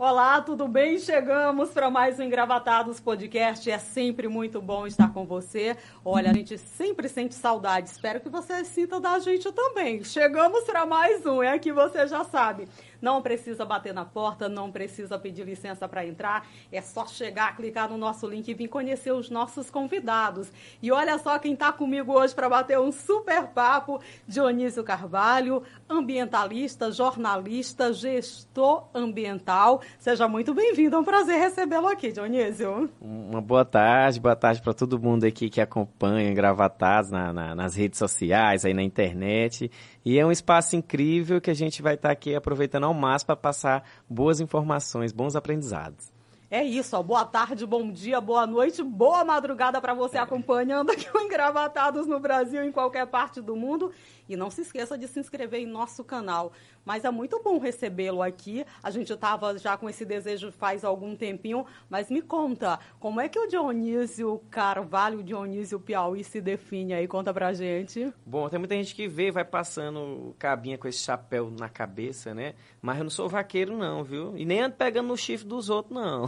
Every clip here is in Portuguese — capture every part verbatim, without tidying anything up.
Olá, tudo bem? Chegamos para mais um Engravatados Podcast. É sempre muito bom estar com você. Olha, a gente sempre sente saudade. Espero que você sinta da gente também. Chegamos para mais um, é que você já sabe. Não precisa bater na porta, não precisa pedir licença para entrar. É só chegar, clicar no nosso link e vir conhecer os nossos convidados. E olha só quem está comigo hoje para bater um super papo. Dionísio Carvalho, ambientalista, jornalista, gestor ambiental. Seja muito bem-vindo, é um prazer recebê-lo aqui, Dionísio. Uma boa tarde, boa tarde para todo mundo aqui que acompanha Engravatados na, na, nas redes sociais, aí na internet. E é um espaço incrível que a gente vai estar aqui aproveitando ao máximo para passar boas informações, bons aprendizados. É isso, ó. Boa tarde, bom dia, boa noite, boa madrugada para você acompanhando aqui o Engravatados no Brasil, em qualquer parte do mundo. E não se esqueça de se inscrever em nosso canal. Mas é muito bom recebê-lo aqui. A gente estava já com esse desejo faz algum tempinho. Mas me conta, como é que o Dionísio Carvalho, o Dionísio Piauí se define aí? Conta pra gente. Bom, tem muita gente que vê, vai passando cabinha com esse chapéu na cabeça, né? Mas eu não sou vaqueiro não, viu? E nem ando pegando no chifre dos outros, não.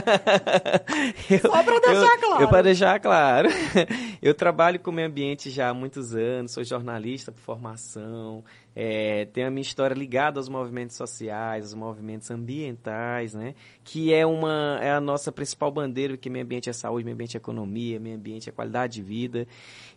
eu, Só pra deixar eu, claro. Eu, pra deixar claro. Eu trabalho com o meio ambiente já há muitos anos, sou jornalista por formação, é, tenho a minha história ligada aos movimentos sociais, aos movimentos ambientais, né? Que é, uma, é a nossa principal bandeira, porque meio ambiente é saúde, meio ambiente é economia, meio ambiente é qualidade de vida.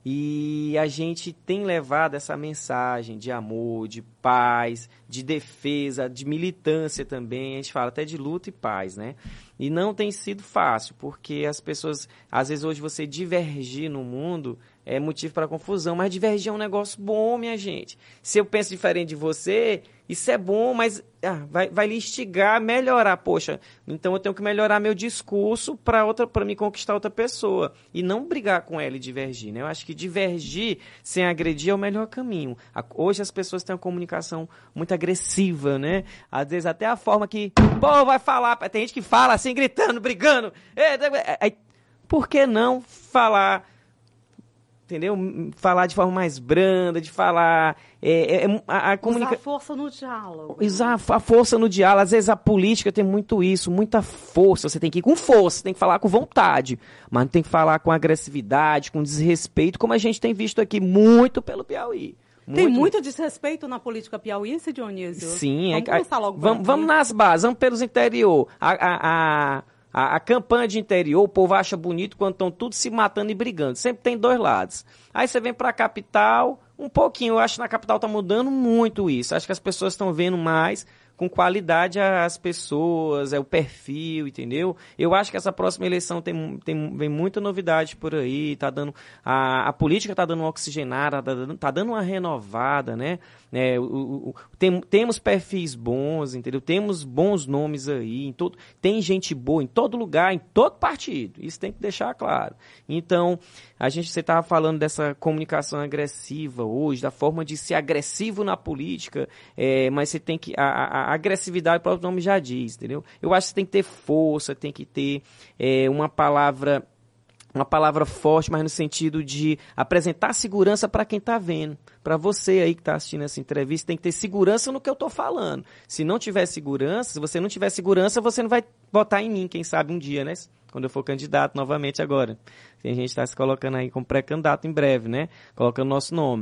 E a gente tem levado essa mensagem de amor, de paz, de defesa, de militância também, a gente fala até de luta e paz, né? E não tem sido fácil, porque as pessoas, às vezes hoje você divergir no mundo é motivo para confusão, mas divergir é um negócio bom, minha gente. Se eu penso diferente de você, isso é bom, mas ah, vai, vai lhe instigar a melhorar. Poxa, então eu tenho que melhorar meu discurso para outra, para me conquistar outra pessoa. E não brigar com ela e divergir, né? Eu acho que divergir sem agredir é o melhor caminho. Hoje as pessoas têm uma comunicação muito agressiva, né? Às vezes até a forma que o povo vai falar, tem gente que fala assim, gritando, brigando. Aí, por que não falar... Entendeu? Falar de forma mais branda, de falar... É, é, a, a comunica... Usar a força no diálogo. Usar a força no diálogo. Às vezes a política tem muito isso, muita força. Você tem que ir com força, tem que falar com vontade. Mas não tem que falar com agressividade, com desrespeito, como a gente tem visto aqui muito pelo Piauí. Muito. Tem muito desrespeito na política piauiense, Dionísio? Sim. Vamos é, começar logo vamos, vamos nas bases, vamos pelos interior. A... a, a A, a campanha de interior, o povo acha bonito quando estão tudo se matando e brigando. Sempre tem dois lados. Aí você vem para a capital, um pouquinho. Eu acho que na capital está mudando muito isso. Acho que as pessoas estão vendo mais com qualidade as pessoas, é o perfil, entendeu? Eu acho que essa próxima eleição tem, tem, vem muita novidade por aí. Tá dando, a, a política está dando uma oxigenada, está dando, tá dando uma renovada, né? É, o, o, tem, temos perfis bons, entendeu? Temos bons nomes aí, em todo, tem gente boa em todo lugar, em todo partido. Isso tem que deixar claro. Então, a gente, você estava falando dessa comunicação agressiva hoje, da forma de ser agressivo na política, é, mas você tem que... A, a, a agressividade, o próprio nome já diz, entendeu? Eu acho que você tem que ter força, tem que ter é, uma palavra... Uma palavra forte, mas no sentido de apresentar segurança para quem está vendo. Para você aí que está assistindo essa entrevista, tem que ter segurança no que eu estou falando. Se não tiver segurança, se você não tiver segurança, você não vai votar em mim, quem sabe um dia, né? Quando eu for candidato novamente agora. A gente está se colocando aí como pré-candidato em breve, né? Colocando nosso nome.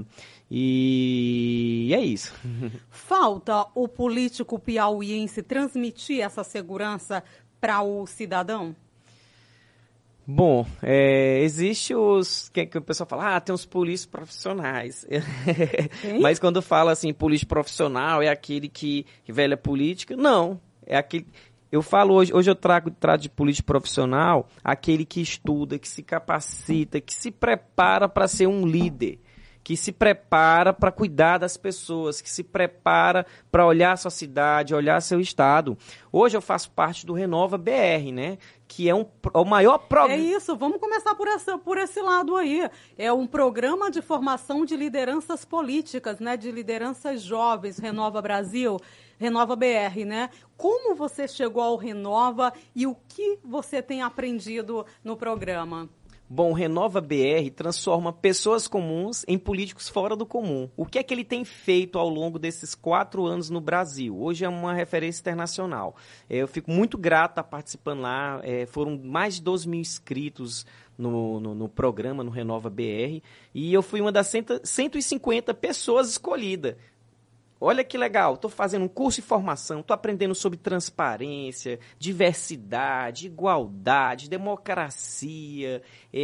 E é isso. Falta o político piauiense transmitir essa segurança para o cidadão? Bom, é, existe os... Que, que o pessoal fala, ah, tem os polícios profissionais. Mas quando fala assim, político profissional, é aquele que, que velha política? Não, é aquele... Eu falo hoje, hoje eu trago, trago de político profissional aquele que estuda, que se capacita, que se prepara para ser um líder, que se prepara para cuidar das pessoas, que se prepara para olhar a sua cidade, olhar seu estado. Hoje eu faço parte do Renova B R, né? Que é um, o maior programa... É isso, vamos começar por, essa, por esse lado aí. É um programa de formação de lideranças políticas, né? De lideranças jovens, Renova Brasil, Renova B R, né? Como você chegou ao Renova e o que você tem aprendido no programa? Bom, o Renova B R transforma pessoas comuns em políticos fora do comum. O que é que ele tem feito ao longo desses quatro anos no Brasil? Hoje é uma referência internacional. É, eu fico muito grato a estar participando lá. É, foram mais de doze mil inscritos no, no, no programa, no Renova B R. E eu fui uma das cento e cinquenta pessoas escolhidas. Olha que legal, estou fazendo um curso de formação, estou aprendendo sobre transparência, diversidade, igualdade, democracia,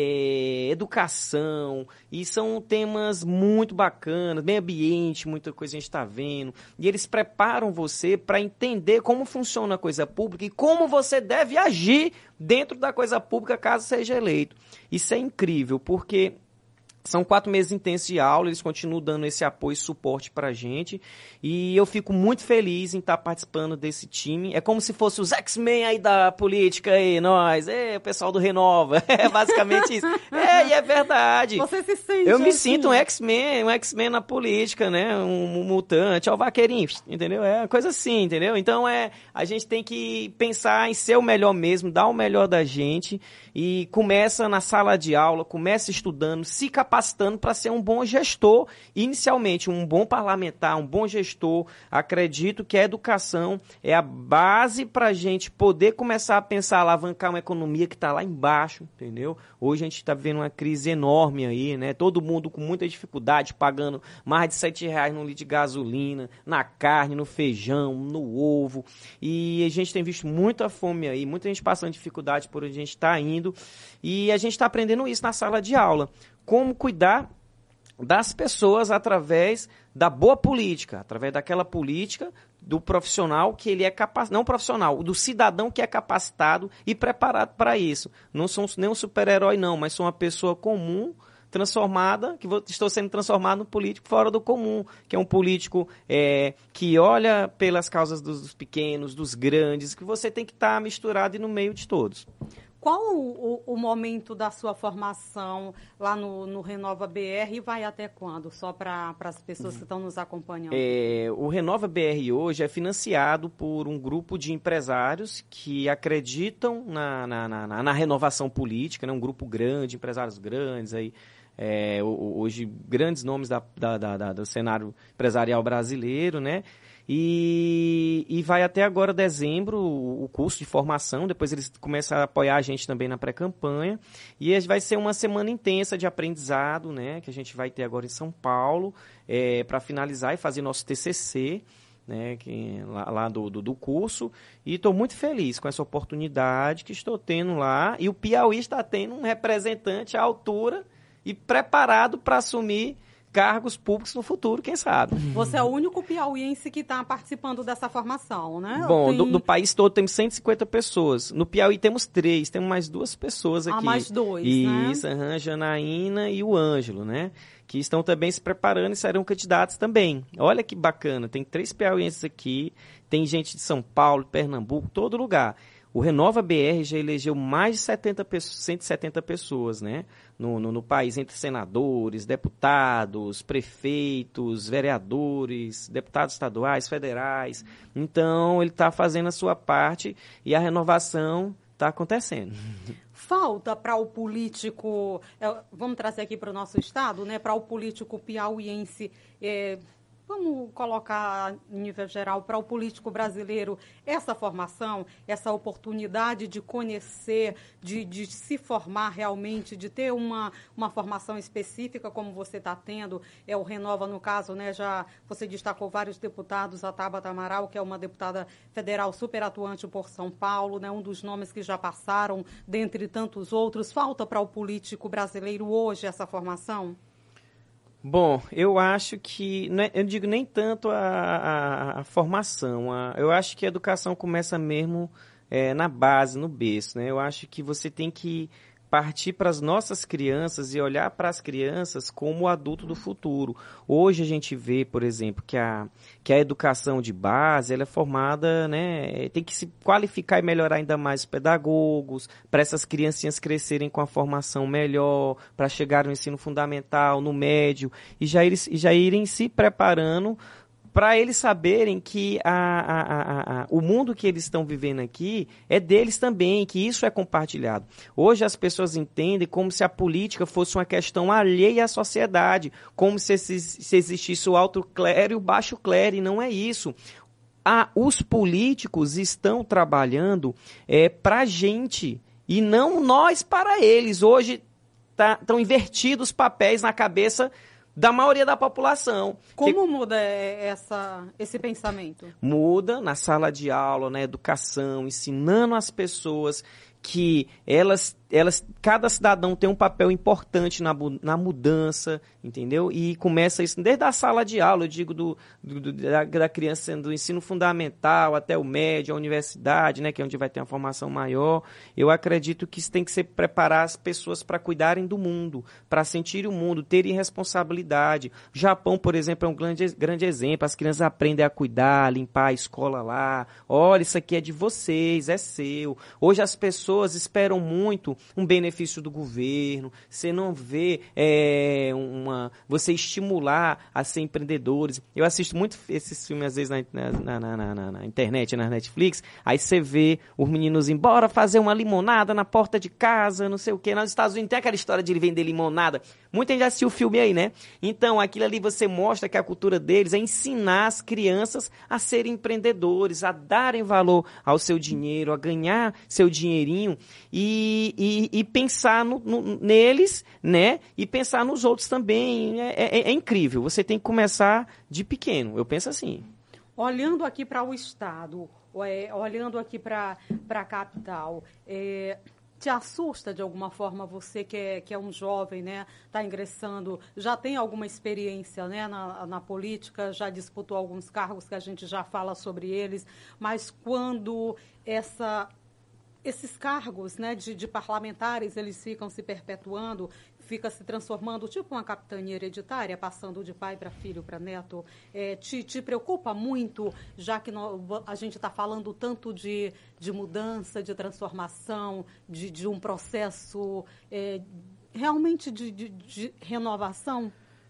é, educação, e são temas muito bacanas, meio ambiente, muita coisa a gente está vendo, e eles preparam você para entender como funciona a coisa pública e como você deve agir dentro da coisa pública caso seja eleito. Isso é incrível, porque são quatro meses intensos de aula, eles continuam dando esse apoio e suporte para a gente. E eu fico muito feliz em estar participando desse time. É como se fosse os X-Men aí da política, aí, nós, é, o pessoal do Renova. É basicamente isso. É, e é verdade. Você se sente Eu me assim? sinto um X-Men, um X-Men na política, né? Um, um mutante, ó, o vaqueirinho, entendeu? É uma coisa assim, entendeu? Então, é, a gente tem que pensar em ser o melhor mesmo, dar o melhor da gente. E começa na sala de aula, começa estudando, se capacitando para ser um bom gestor, inicialmente um bom parlamentar, um bom gestor. Acredito que a educação é a base para a gente poder começar a pensar, alavancar uma economia que está lá embaixo, entendeu? Hoje a gente está vivendo uma crise enorme aí, né? Todo mundo com muita dificuldade, pagando mais de sete reais no litro de gasolina, na carne, no feijão, no ovo. E a gente tem visto muita fome aí, muita gente passando dificuldade por onde a gente está indo. E a gente está aprendendo isso na sala de aula. Como cuidar das pessoas através da boa política, através daquela política do profissional que ele é capaz, não profissional, do cidadão que é capacitado e preparado para isso. Não sou nem um super-herói não, mas sou uma pessoa comum, transformada, que vou, estou sendo transformado num político fora do comum, que é um político é, que olha pelas causas dos, dos pequenos, dos grandes, que você tem que estar misturado e no meio de todos. Qual o, o, o momento da sua formação lá no, no Renova B R e vai até quando? Só para as pessoas que estão nos acompanhando. É, o Renova B R hoje é financiado por um grupo de empresários que acreditam na, na, na, na renovação política, né? Um grupo grande, empresários grandes, aí, é, hoje grandes nomes da, da, da, do cenário empresarial brasileiro, né? E, e vai até agora dezembro o, o curso de formação, depois eles começam a apoiar a gente também na pré-campanha, e vai ser uma semana intensa de aprendizado, né, que a gente vai ter agora em São Paulo, é, para finalizar e fazer nosso T C C, né, que, lá, lá do, do, do curso, e estou muito feliz com essa oportunidade que estou tendo lá, e o Piauí está tendo um representante à altura e preparado para assumir cargos públicos no futuro, quem sabe. Você é o único piauiense que está participando dessa formação, né? Bom, Tem... do, do país todo temos cento e cinquenta pessoas. No Piauí temos três, temos mais duas pessoas aqui. Ah, mais dois, Isso, né? Isso, a Janaína e o Ângelo, né? Que estão também se preparando e serão candidatos também. Olha que bacana, tem três piauienses aqui, tem gente de São Paulo, Pernambuco, todo lugar. O Renova B R já elegeu mais de setenta, cento e setenta pessoas, né, no, no, no país, entre senadores, deputados, prefeitos, vereadores, deputados estaduais, federais. Então, ele está fazendo a sua parte e a renovação está acontecendo. Falta para o político, é, vamos trazer aqui para o nosso estado, né, para o político piauiense, é, vamos colocar em nível geral, para o político brasileiro, essa formação, essa oportunidade de conhecer, de, de se formar realmente, de ter uma, uma formação específica como você está tendo, é o Renova no caso, né? Já você destacou vários deputados, a Tabata Amaral, que é uma deputada federal super atuante por São Paulo, né? Um dos nomes que já passaram, dentre tantos outros. Falta para o político brasileiro hoje essa formação? Bom, eu acho que, eu digo nem tanto a, a, a formação, a, eu acho que a educação começa mesmo é, na base, no berço, né? Eu acho que você tem que partir para as nossas crianças e olhar para as crianças como o adulto do futuro. Hoje a gente vê, por exemplo, que a, que a educação de base ela é formada, né, tem que se qualificar e melhorar ainda mais os pedagogos, para essas criancinhas crescerem com a formação melhor, para chegar no ensino fundamental, no médio, e já, ir, e já irem se preparando para eles saberem que a, a, a, a, o mundo que eles estão vivendo aqui é deles também, que isso é compartilhado. Hoje as pessoas entendem como se a política fosse uma questão alheia à sociedade, como se, se existisse o alto clero e o baixo clero, e não é isso. Ah, os políticos estão trabalhando é, para a gente, e não nós para eles. Hoje estão tá, invertidos os papéis na cabeça da maioria da população. Como que... muda essa, esse pensamento? Muda na sala de aula, na educação, ensinando as pessoas que elas, elas, cada cidadão tem um papel importante na, na mudança, entendeu? E começa isso desde a sala de aula, eu digo do, do, da, da criança do ensino fundamental até o médio, a universidade, né, que é onde vai ter uma formação maior. Eu acredito que isso tem que ser preparar as pessoas para cuidarem do mundo, para sentirem o mundo, terem responsabilidade. O Japão, por exemplo, é um grande, grande exemplo. As crianças aprendem a cuidar, a limpar a escola lá. Olha, isso aqui é de vocês, é seu. Hoje as pessoas esperam muito um benefício do governo, você não vê é, uma, você estimular a ser empreendedores. Eu assisto muito esses filmes, às vezes, na, na, na, na, na internet, na Netflix, aí você vê os meninos embora fazer uma limonada na porta de casa, não sei o quê. Nos Estados Unidos tem aquela história de ele vender limonada. Muita gente já assistiu o filme aí, né? Então, aquilo ali você mostra que a cultura deles é ensinar as crianças a serem empreendedores, a darem valor ao seu dinheiro, a ganhar seu dinheirinho, E, e, e pensar no, no, neles, né? E pensar nos outros também. É, é, é incrível. Você tem que começar de pequeno. Eu penso assim. Olhando aqui para o Estado, é, olhando aqui para a capital, é, te assusta de alguma forma você que é, que é um jovem, né? Está ingressando, já tem alguma experiência, né, na, na política, já disputou alguns cargos que a gente já fala sobre eles, mas quando essa... esses cargos, né, de, de parlamentares, eles ficam se perpetuando, fica se transformando tipo uma capitania hereditária, passando de pai para filho, para neto. É, te, te preocupa muito, já que nós, a gente está falando tanto de, de mudança, de transformação, de, de um processo é, realmente de, de, de renovação?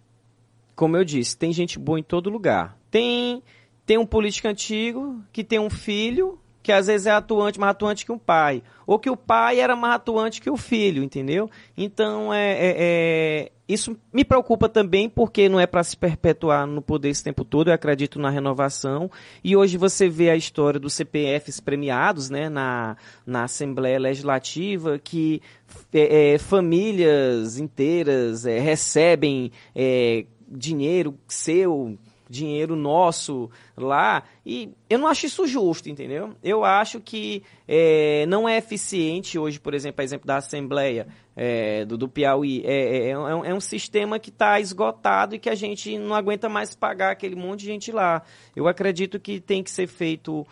Como eu disse, tem gente boa em todo lugar. Tem, tem um político antigo que tem um filho que às vezes é atuante, mais atuante que um pai. Ou que o pai era mais atuante que o filho, entendeu? Então, é, é, é, isso me preocupa também, porque não é para se perpetuar no poder esse tempo todo. Eu acredito na renovação. E hoje você vê a história dos C P Fs premiados, né, na, na Assembleia Legislativa, que é, é, famílias inteiras é, recebem é, dinheiro seu, dinheiro nosso lá, e eu não acho isso justo, entendeu? Eu acho que é, não é eficiente hoje, por exemplo, a exemplo da Assembleia é, do, do Piauí, é, é, é, um, é um sistema que está esgotado e que a gente não aguenta mais pagar aquele monte de gente lá. Eu acredito que tem que ser feito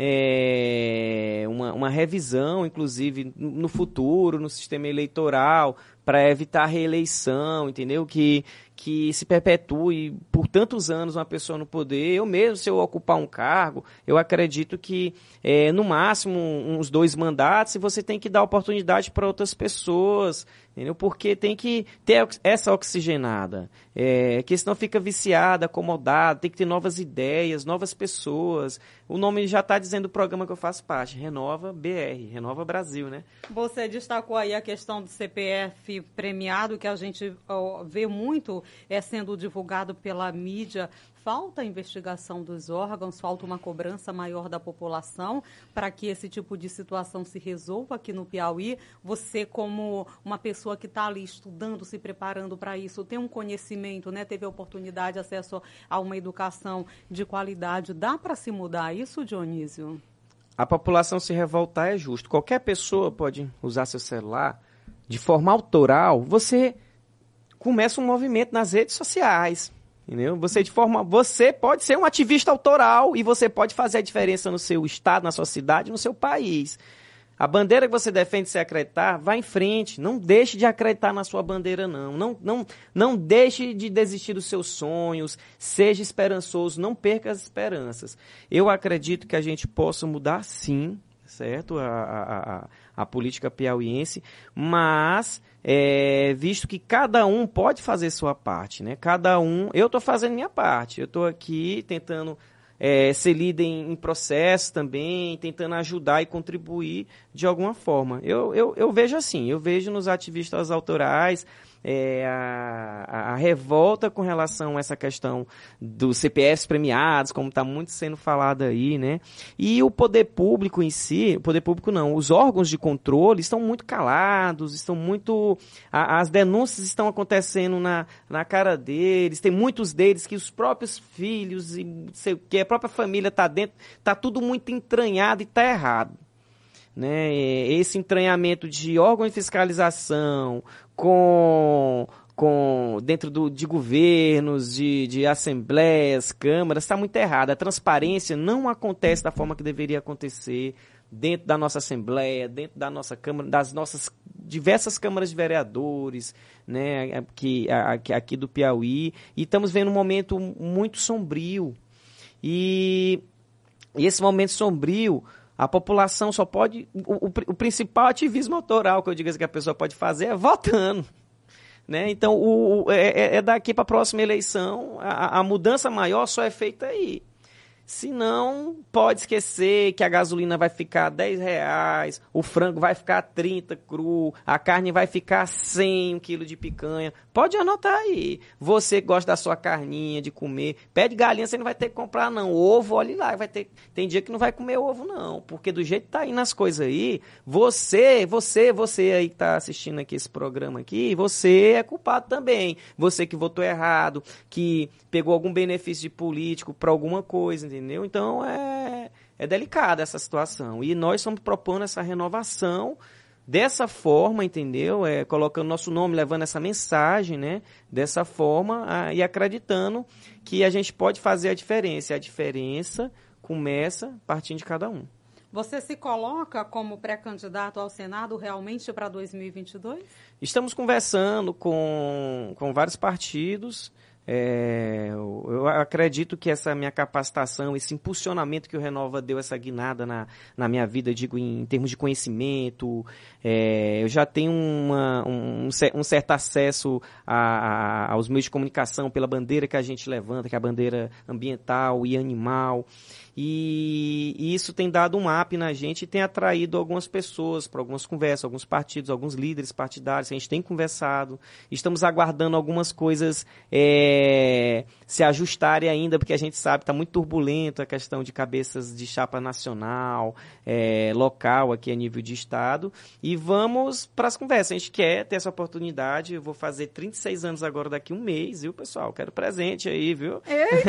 é, uma, uma revisão, inclusive, no futuro, no sistema eleitoral, para evitar a reeleição, entendeu? Que, que se perpetue por tantos anos uma pessoa no poder. Eu mesmo, se eu ocupar um cargo, eu acredito que, é, no máximo, uns dois mandatos, e você tem que dar oportunidade para outras pessoas, entendeu? Porque tem que ter essa oxigenada, é, que senão fica viciada, acomodada, tem que ter novas ideias, novas pessoas. O nome já está dizendo o programa que eu faço parte, Renova B R, Renova Brasil, né? Você destacou aí a questão do C P F premiado, que a gente ó, vê muito é, sendo divulgado pela mídia. Falta a investigação dos órgãos, falta uma cobrança maior da população para que esse tipo de situação se resolva aqui no Piauí. Você, como uma pessoa que está ali estudando, se preparando para isso, tem um conhecimento, né? Teve a oportunidade, acesso a uma educação de qualidade. Dá para se mudar isso, Dionísio? A população se revoltar é justo. Qualquer pessoa pode usar seu celular de forma autoral. Você começa um movimento nas redes sociais, entendeu? Você, de forma, você pode ser um ativista autoral e você pode fazer a diferença no seu estado, na sua cidade, no seu país. A bandeira que você defende se acreditar, vá em frente. Não deixe de acreditar na sua bandeira, não. Não, não, não deixe de desistir dos seus sonhos. Seja esperançoso, não perca as esperanças. Eu acredito que a gente possa mudar, sim, certo? A, a, a, a política piauiense, mas é, visto que cada um pode fazer sua parte, né? Cada um, eu estou fazendo minha parte, eu estou aqui tentando é, ser líder em, em processo também, tentando ajudar e contribuir de alguma forma. Eu, eu, eu vejo assim, eu vejo nos ativistas autorais É, a, a revolta com relação a essa questão dos C P Fs premiados, como está muito sendo falado aí, né? E o poder público em si, o poder público não, os órgãos de controle estão muito calados, estão muito... A, as denúncias estão acontecendo na, na cara deles, tem muitos deles que os próprios filhos e sei o que, a própria família está dentro, está tudo muito entranhado e está errado. Né, esse entranhamento de órgão de fiscalização com, com dentro do, de governos, de, de assembleias, câmaras, está muito errado. A transparência não acontece da forma que deveria acontecer dentro da nossa Assembleia, dentro da nossa Câmara, das nossas diversas câmaras de vereadores, né, aqui, aqui, aqui do Piauí, e estamos vendo um momento muito sombrio. E, e esse momento sombrio, a população só pode... O, o, o principal ativismo autoral que eu digo assim, que a pessoa pode fazer é votando. Né? Então, o, o, é, é daqui para a próxima eleição, a, a mudança maior só é feita aí. Se não, pode esquecer que a gasolina vai ficar dez reais, o frango vai ficar trinta cru, a carne vai ficar cem, um quilo de picanha. Pode anotar aí. Você que gosta da sua carninha, de comer, pé de galinha você não vai ter que comprar não. Ovo, olhe lá, vai ter... tem dia que não vai comer ovo não, porque do jeito que tá indo as coisas aí, você, você, você aí que tá assistindo aqui esse programa aqui, você é culpado também. Você que votou errado, que pegou algum benefício de político para alguma coisa, entendeu? Então é, é delicada essa situação. E nós estamos propondo essa renovação dessa forma, entendeu? É, colocando nosso nome, levando essa mensagem, né? Dessa forma a, e acreditando que a gente pode fazer a diferença. E a diferença começa partindo de cada um. Você se coloca como pré-candidato ao Senado realmente para dois mil e vinte e dois? Estamos conversando com, com vários partidos. É, eu acredito que essa minha capacitação, esse impulsionamento que o Renova deu, essa guinada na, na minha vida, digo, em, em termos de conhecimento, é, eu já tenho uma, um, um certo acesso a, a, aos meios de comunicação pela bandeira que a gente levanta, que é a bandeira ambiental e animal. E, e isso tem dado um up na gente e tem atraído algumas pessoas para algumas conversas, alguns partidos, alguns líderes partidários. A gente tem conversado, estamos aguardando algumas coisas é, se ajustarem ainda, porque a gente sabe que está muito turbulento a questão de cabeças de chapa nacional, é, local, aqui a nível de estado. E vamos para as conversas. A gente quer ter essa oportunidade. Eu vou fazer trinta e seis anos agora daqui a um mês, viu, pessoal? Quero presente aí, viu?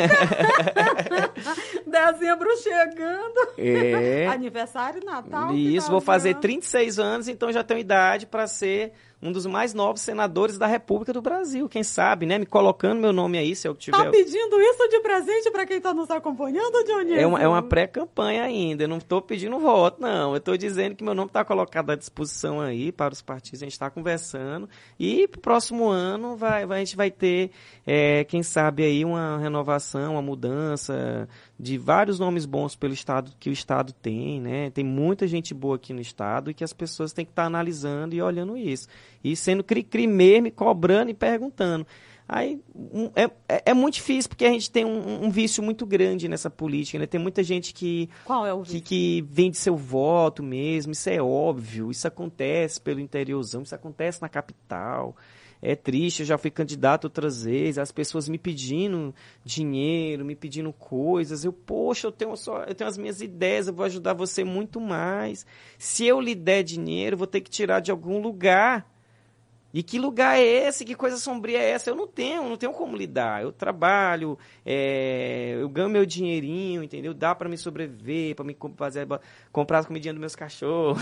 Eita! Dezembro chegando. É. Aniversário, Natal. Isso, vou fazer trinta e seis anos, então já tenho idade para ser um dos mais novos senadores da República do Brasil. Quem sabe, né? Me colocando meu nome aí, se eu tiver... Tá pedindo isso de presente para quem tá nos acompanhando, Dionísio? É uma, é uma pré-campanha ainda. Eu não estou pedindo voto, não. Eu estou dizendo que meu nome está colocado à disposição aí para os partidos. A gente está conversando. E pro próximo ano vai, vai, a gente vai ter, é, quem sabe, aí uma renovação, uma mudança de vários nomes bons pelo estado que o estado tem, né? Tem muita gente boa aqui no estado e que as pessoas têm que estar analisando e olhando isso. E sendo cri-cri mesmo, cobrando e perguntando. Aí um, é, é muito difícil, porque a gente tem um, um vício muito grande nessa política, né? Tem muita gente que, Qual é o vício? que, que vende seu voto mesmo, isso é óbvio, isso acontece pelo interiorzão, isso acontece na capital. É triste, eu já fui candidato outras vezes, as pessoas me pedindo dinheiro, me pedindo coisas. Eu, poxa, eu tenho, só, eu tenho as minhas ideias, eu vou ajudar você muito mais. Se eu lhe der dinheiro, eu vou ter que tirar de algum lugar. E que lugar é esse? Que coisa sombria é essa? Eu não tenho, não tenho como lidar. Eu trabalho, é, eu ganho meu dinheirinho, entendeu? Dá para me sobreviver, para me fazer, comprar as comidinhas dos meus cachorros.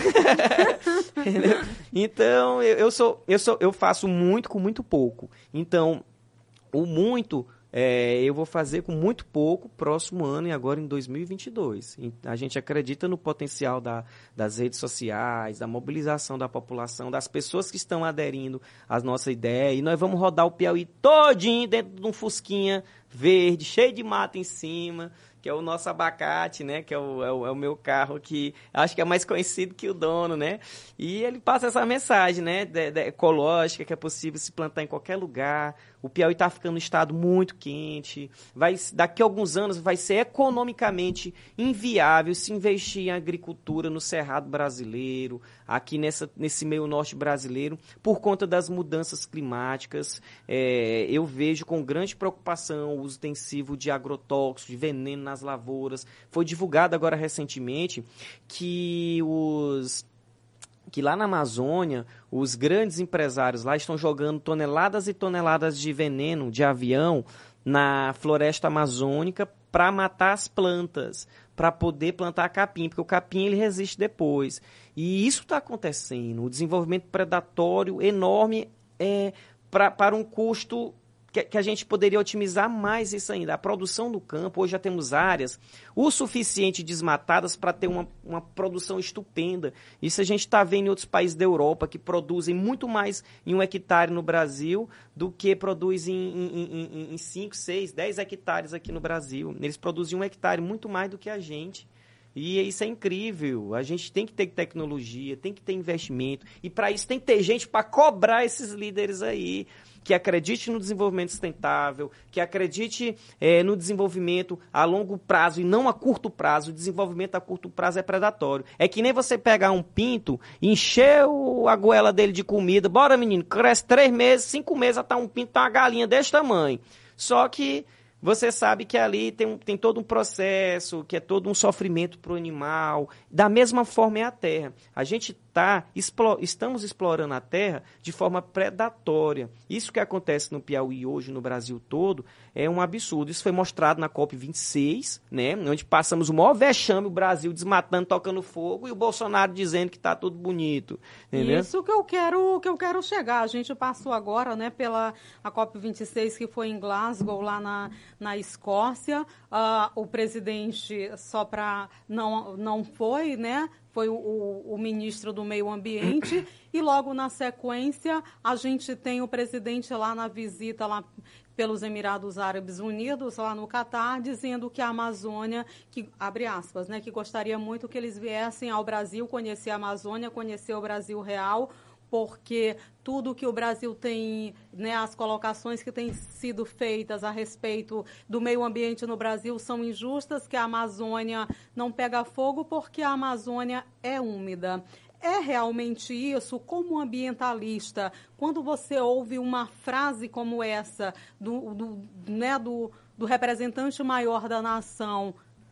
Então, eu, eu, sou, eu, sou, eu faço muito com muito pouco. Então, o muito... É, eu vou fazer com muito pouco próximo ano e agora em dois mil e vinte e dois. A gente acredita no potencial da, das redes sociais, da mobilização da população, das pessoas que estão aderindo às nossas ideias. E nós vamos rodar o Piauí todinho dentro de um fusquinha verde, cheio de mata em cima, que é o nosso abacate, né? Que é o, é o, é o meu carro, que acho que é mais conhecido que o dono, né? E ele passa essa mensagem, né? De, de, ecológica, que é possível se plantar em qualquer lugar. O Piauí está ficando um estado muito quente. Vai, daqui a alguns anos vai ser economicamente inviável se investir em agricultura no Cerrado brasileiro, aqui nessa, nesse meio norte brasileiro, por conta das mudanças climáticas. É, eu vejo com grande preocupação o uso intensivo de agrotóxicos, de veneno nas lavouras. Foi divulgado agora recentemente que os... que lá na Amazônia, os grandes empresários lá estão jogando toneladas e toneladas de veneno de avião na floresta amazônica para matar as plantas, para poder plantar capim, porque o capim ele resiste depois. E isso está acontecendo, o desenvolvimento predatório enorme é, pra, para um custo que, que a gente poderia otimizar mais isso ainda. A produção do campo, hoje já temos áreas o suficiente desmatadas para ter uma, uma produção estupenda. Isso a gente está vendo em outros países da Europa, que produzem muito mais em um hectare no Brasil do que produzem em cinco, seis, dez hectares aqui no Brasil. Eles produzem um hectare muito mais do que a gente. E isso é incrível. A gente tem que ter tecnologia, tem que ter investimento. E para isso tem que ter gente para cobrar esses líderes aí, que acredite no desenvolvimento sustentável, que acredite é, no desenvolvimento a longo prazo e não a curto prazo. O desenvolvimento a curto prazo é predatório. É que nem você pegar um pinto, encher o, a goela dele de comida. Bora, menino, cresce três meses, cinco meses, até um pinto, tá uma galinha desse tamanho. Só que você sabe que ali tem, um, tem todo um processo, que é todo um sofrimento para o animal. Da mesma forma é a terra. A gente tá, explore, estamos explorando a terra de forma predatória. Isso que acontece no Piauí hoje, no Brasil todo, é um absurdo. Isso foi mostrado na COP vinte e seis, né, onde passamos o maior vexame, o Brasil desmatando, tocando fogo, e o Bolsonaro dizendo que está tudo bonito. Entendeu? Isso que eu quero, que eu quero chegar. A gente passou agora, né, pela a COP vinte e seis, que foi em Glasgow, lá na, na Escócia. Uh, o presidente, só para não, não foi, né? Foi o, o, o ministro do Meio Ambiente, e logo na sequência a gente tem o presidente lá na visita lá pelos Emirados Árabes Unidos, lá no Catar, dizendo que a Amazônia, que, abre aspas, né, que gostaria muito que eles viessem ao Brasil, conhecer a Amazônia, conhecer o Brasil real, porque tudo que o Brasil tem, né, as colocações que têm sido feitas a respeito do meio ambiente no Brasil são injustas, que a Amazônia não pega fogo porque a Amazônia é úmida. É realmente isso? Como ambientalista, quando você ouve uma frase como essa do, do, né, do, do representante maior da nação,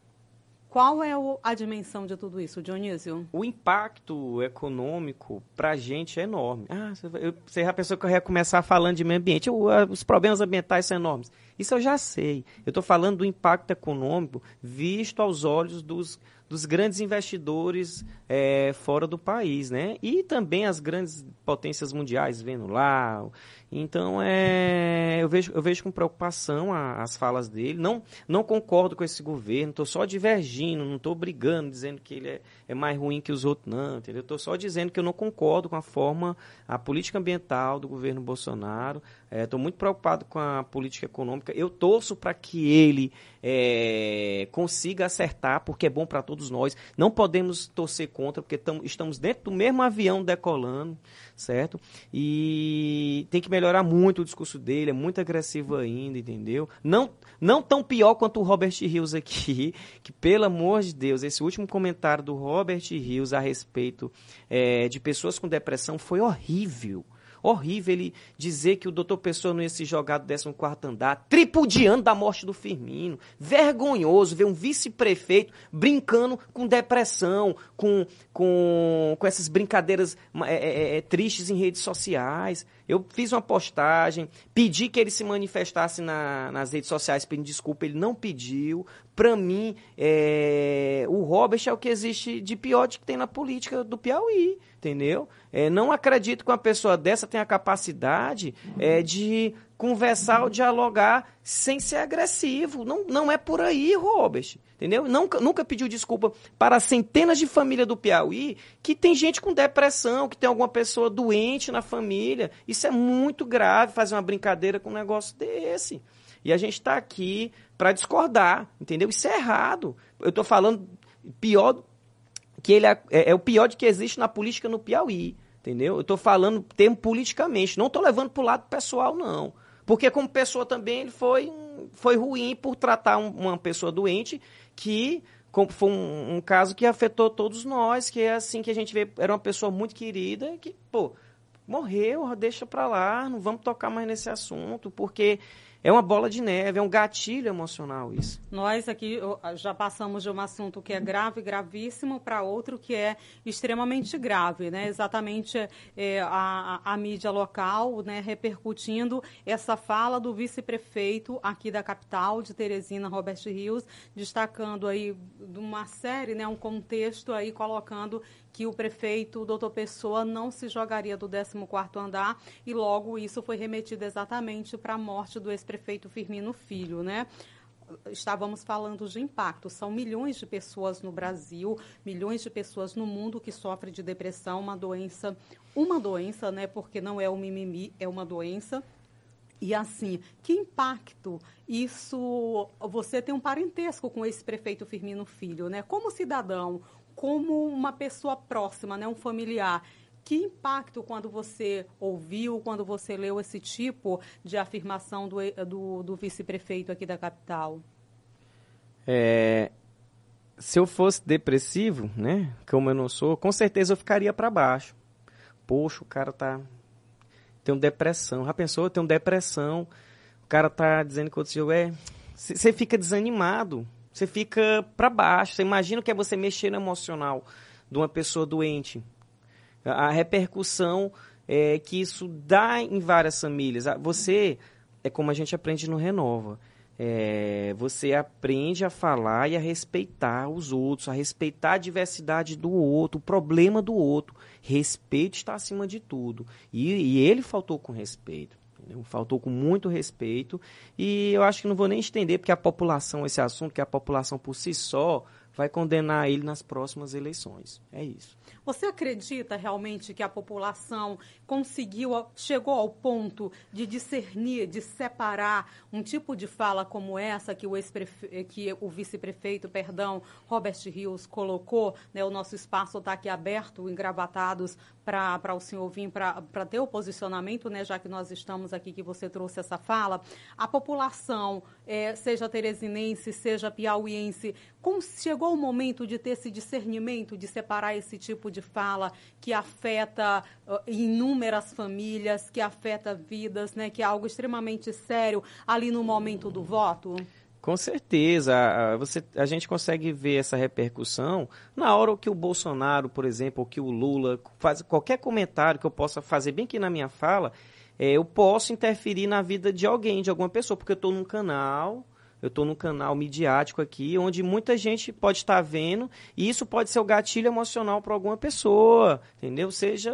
qual é o, a dimensão de tudo isso, Dionísio? O impacto econômico para a gente é enorme. Ah, você já pensou que eu ia começar falando de meio ambiente? Eu, os problemas ambientais são enormes. Isso eu já sei. Eu estou falando do impacto econômico visto aos olhos dos, dos grandes investidores é, fora do país, né? E também as grandes potências mundiais vendo lá. Então, é, eu, vejo, eu vejo com preocupação a, as falas dele. Não, não concordo com esse governo, estou só divergindo, não estou brigando, dizendo que ele é, é mais ruim que os outros, não. Estou só dizendo que eu não concordo com a forma, a política ambiental do governo Bolsonaro. Estou é, muito preocupado com a política econômica. Eu torço para que ele é, consiga acertar, porque é bom para todos nós. Não podemos torcer contra, porque tam, estamos dentro do mesmo avião decolando, certo? E tem que melhorar muito o discurso dele, é muito agressivo ainda, entendeu? Não, não tão pior quanto o Robert Rios aqui, que, pelo amor de Deus, esse último comentário do Robert Rios a respeito é, de pessoas com depressão foi horrível. Horrível ele dizer que o doutor Pessoa não ia se jogar do décimo quarto andar, tripudiando da morte do Firmino. Vergonhoso ver um vice-prefeito brincando com depressão, com, com, com essas brincadeiras é, é, é, tristes em redes sociais. Eu fiz uma postagem, pedi que ele se manifestasse na, nas redes sociais pedindo desculpa, ele não pediu. Para mim, é, o Robert é o que existe de pior de que tem na política do Piauí, entendeu? É, não acredito que uma pessoa dessa tenha a capacidade é, de conversar ou dialogar sem ser agressivo. Não, não é por aí, Robert, entendeu? Nunca, nunca pediu desculpa para centenas de famílias do Piauí que tem gente com depressão, que tem alguma pessoa doente na família. Isso é muito grave, fazer uma brincadeira com um negócio desse. E a gente está aqui para discordar, entendeu? Isso é errado. Eu estou falando pior, que ele é, é, é o pior de que existe na política no Piauí, entendeu? Eu estou falando termo politicamente, não estou levando para o lado pessoal, não. Porque como pessoa também ele foi, foi ruim por tratar um, uma pessoa doente que foi um, um caso que afetou todos nós, que é assim que a gente vê, era uma pessoa muito querida, que, pô, morreu, deixa pra lá, não vamos tocar mais nesse assunto, porque é uma bola de neve, é um gatilho emocional isso. Nós aqui já passamos de um assunto que é grave, gravíssimo, para outro que é extremamente grave, né? Exatamente é, a, a mídia local, né, repercutindo essa fala do vice-prefeito aqui da capital, de Teresina, Robert Rios, destacando aí uma série, né, um contexto aí, colocando que o prefeito, o doutor Pessoa, não se jogaria do décimo quarto andar e logo isso foi remetido exatamente para a morte do ex-prefeito Firmino Filho, né? Estávamos falando de impacto. São milhões de pessoas no Brasil, milhões de pessoas no mundo que sofrem de depressão, uma doença, uma doença, né? Porque não é um mimimi, é uma doença. E assim, que impacto isso... Você tem um parentesco com esse prefeito Firmino Filho, né? Como cidadão, como uma pessoa próxima, né? Um familiar. Que impacto quando você ouviu, quando você leu esse tipo de afirmação do, do, do vice-prefeito aqui da capital? É, se eu fosse depressivo, né, como eu não sou, com certeza eu ficaria para baixo. Poxa, o cara tá... tem depressão. Já pensou? Tem depressão. O cara tá dizendo que o outro jogo é... Você fica desanimado. Você fica para baixo. Você imagina o que é você mexer no emocional de uma pessoa doente. A repercussão é, que isso dá em várias famílias. Você, é como a gente aprende no Renova, é, você aprende a falar e a respeitar os outros, a respeitar a diversidade do outro, o problema do outro. Respeito está acima de tudo. E, e ele faltou com respeito. Entendeu? Faltou com muito respeito. E eu acho que não vou nem estender, porque a população, esse assunto, que a população por si só vai condenar ele nas próximas eleições. É isso. Você acredita realmente que a população conseguiu, chegou ao ponto de discernir, de separar um tipo de fala como essa que o, que o vice-prefeito, perdão, Robert Rios colocou, né? O nosso espaço está aqui aberto, engravatados, para o senhor vir, para ter o posicionamento, né? Já que nós estamos aqui, que você trouxe essa fala. A população, é, seja teresinense, seja piauiense, como chegou o momento de ter esse discernimento, de separar esse tipo de fala que afeta uh, inúmeras famílias, que afeta vidas, né, que é algo extremamente sério ali no momento do voto? Com certeza. A, você, a gente consegue ver essa repercussão na hora que o Bolsonaro, por exemplo, ou que o Lula faz qualquer comentário que eu possa fazer bem aqui na minha fala, é, eu posso interferir na vida de alguém, de alguma pessoa, porque eu estou num canal... Eu estou num canal midiático aqui, onde muita gente pode estar vendo, e isso pode ser o gatilho emocional para alguma pessoa, entendeu? Seja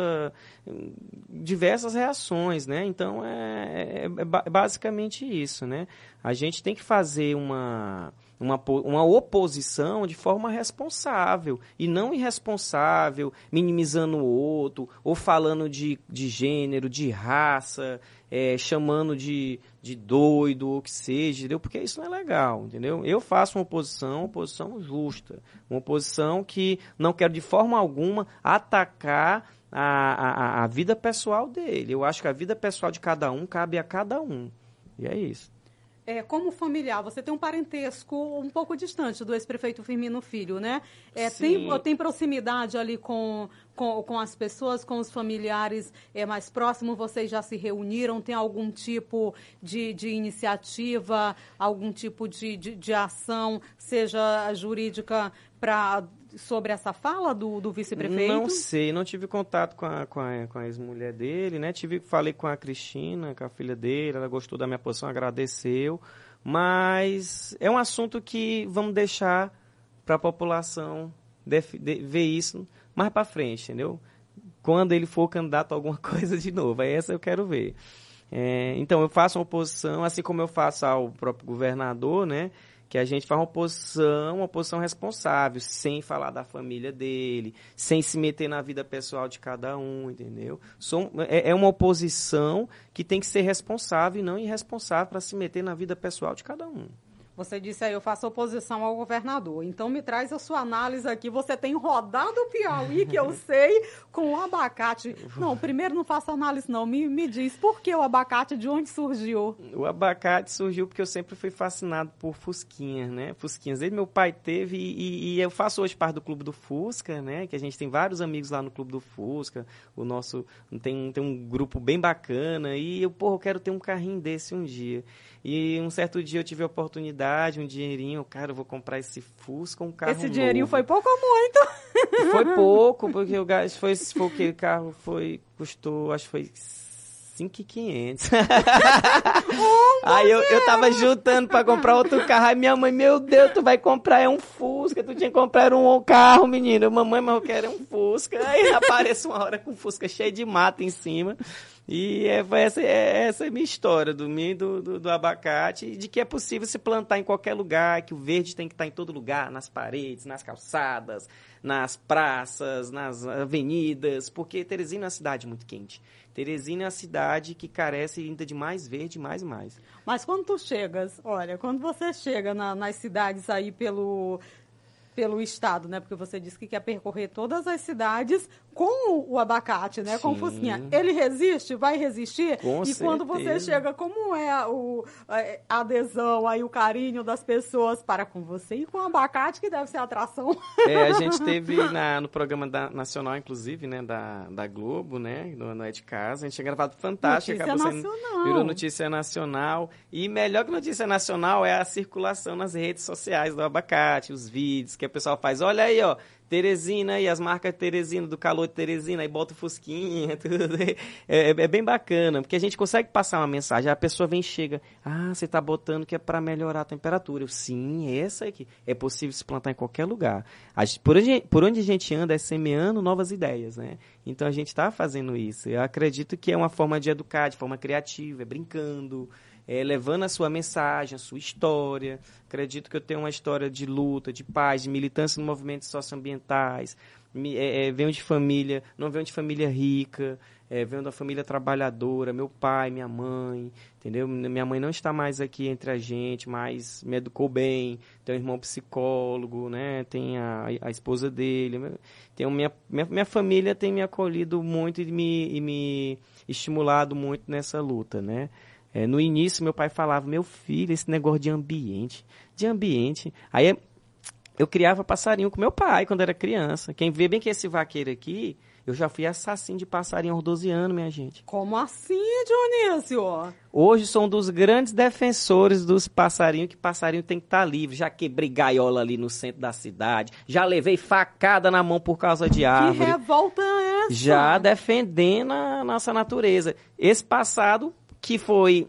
uh, diversas reações, né? Então, é, é, é basicamente isso, né? A gente tem que fazer uma... Uma, uma oposição de forma responsável e não irresponsável, minimizando o outro, ou falando de, de gênero, de raça, é, chamando de, de doido, ou o que seja, entendeu? Porque isso não é legal, entendeu? Eu faço uma oposição, uma oposição justa, uma oposição que não quero de forma alguma atacar a, a, a vida pessoal dele. Eu acho que a vida pessoal de cada um cabe a cada um, e é isso. É, como familiar, você tem um parentesco um pouco distante do ex-prefeito Firmino Filho, né? É, tem, tem proximidade ali com, com, com as pessoas, com os familiares é, mais próximos? Vocês já se reuniram? Tem algum tipo de, de iniciativa, algum tipo de, de, de ação, seja jurídica, para... sobre essa fala do, do vice-prefeito? Não sei, não tive contato com a, com a, com a ex-mulher dele, né? Tive, falei com a Cristina, com a filha dele, ela gostou da minha posição, agradeceu, mas é um assunto que vamos deixar para a população def, de, ver isso mais para frente, entendeu? Quando ele for candidato a alguma coisa de novo, é essa eu quero ver. É, então, eu faço uma oposição, assim como eu faço ao próprio governador, né? que a gente faz uma oposição, uma oposição responsável, sem falar da família dele, sem se meter na vida pessoal de cada um, entendeu? Som, é, é uma oposição que tem que ser responsável e não irresponsável para se meter na vida pessoal de cada um. Você disse aí, eu faço oposição ao governador. Então, me traz a sua análise aqui. Você tem rodado o Piauí, que eu sei, com o abacate. Não, primeiro não faça análise, não. Me, me diz, por que o abacate? De onde surgiu? O abacate surgiu porque eu sempre fui fascinado por fusquinhas, né? Fusquinhas. Desde meu pai teve e, e, e eu faço hoje parte do Clube do Fusca, né? Que a gente tem vários amigos lá no Clube do Fusca. O nosso tem, tem um grupo bem bacana. E eu, porra, eu quero ter um carrinho desse um dia. E um certo dia eu tive a oportunidade, um dinheirinho, cara, eu vou comprar esse Fusca, um carro Esse dinheirinho novo. foi pouco ou muito? Foi pouco, porque o gás foi, foi que o carro foi, custou, acho que foi cinco mil e quinhentos. Oh, aí eu, eu tava juntando pra comprar outro carro, aí minha mãe, meu Deus, tu vai comprar é um Fusca, tu tinha que comprar um carro, menino. Mamãe, mas eu quero um Fusca. Aí aparece uma hora com um Fusca cheio de mato em cima. E é, essa, é, essa é a minha história do milho, do, do, do abacate, de que é possível se plantar em qualquer lugar, que o verde tem que estar em todo lugar, nas paredes, nas calçadas, nas praças, nas avenidas, porque Teresina é uma cidade muito quente. Teresina é uma cidade que carece ainda de mais verde, mais e mais. Mas quando tu chegas, olha, quando você chega na, nas cidades aí pelo... pelo estado, né? Porque você disse que quer percorrer todas as cidades com o abacate, né? Sim. Com o fusquinha. Ele resiste? Vai resistir? Com e certeza. Quando você chega, como é o, a adesão, aí, o carinho das pessoas para com você? E com o abacate, que deve ser atração. É, a gente teve na, no programa da, nacional, inclusive, né? Da, da Globo, né? No, no É de Casa. A gente tinha gravado fantástico. Notícia acabou nacional. Sendo, virou notícia nacional. E melhor que notícia nacional é a circulação nas redes sociais do abacate, os vídeos que a pessoa faz. Olha aí, ó. Teresina e as marcas Teresina, do calor de Teresina, aí bota o fusquinha, tudo. É, é bem bacana, porque a gente consegue passar uma mensagem, a pessoa vem e chega, ah, você está botando que é para melhorar a temperatura. Eu, sim, essa aqui. É possível se plantar em qualquer lugar. A gente, por, onde, por onde a gente anda é semeando novas ideias, né? Então a gente está fazendo isso. Eu acredito que é uma forma de educar, de forma criativa, é brincando, É, levando a sua mensagem, a sua história. Acredito que eu tenho uma história de luta, de paz, de militância no movimentos socioambientais. Me, é, é, venho de família, não venho de família rica, é, venho da família trabalhadora, meu pai, minha mãe, entendeu? Minha mãe não está mais aqui entre a gente, mas me educou bem. Tem um irmão psicólogo, né? Tem a, a esposa dele. Tem minha, minha, minha família tem me acolhido muito e me, e me estimulado muito nessa luta, né? É, no início, meu pai falava, meu filho, esse negócio de ambiente, de ambiente. Aí eu criava passarinho com meu pai quando era criança. Quem vê bem que esse vaqueiro aqui, eu já fui assassino de passarinho aos doze anos, minha gente. Como assim, Dionísio? Hoje sou um dos grandes defensores dos passarinhos, que passarinho tem que estar livre. Já quebrei gaiola ali no centro da cidade, já levei facada na mão por causa de árvore. Que revolta é essa? Já defendendo a nossa natureza. Esse passado... que foi,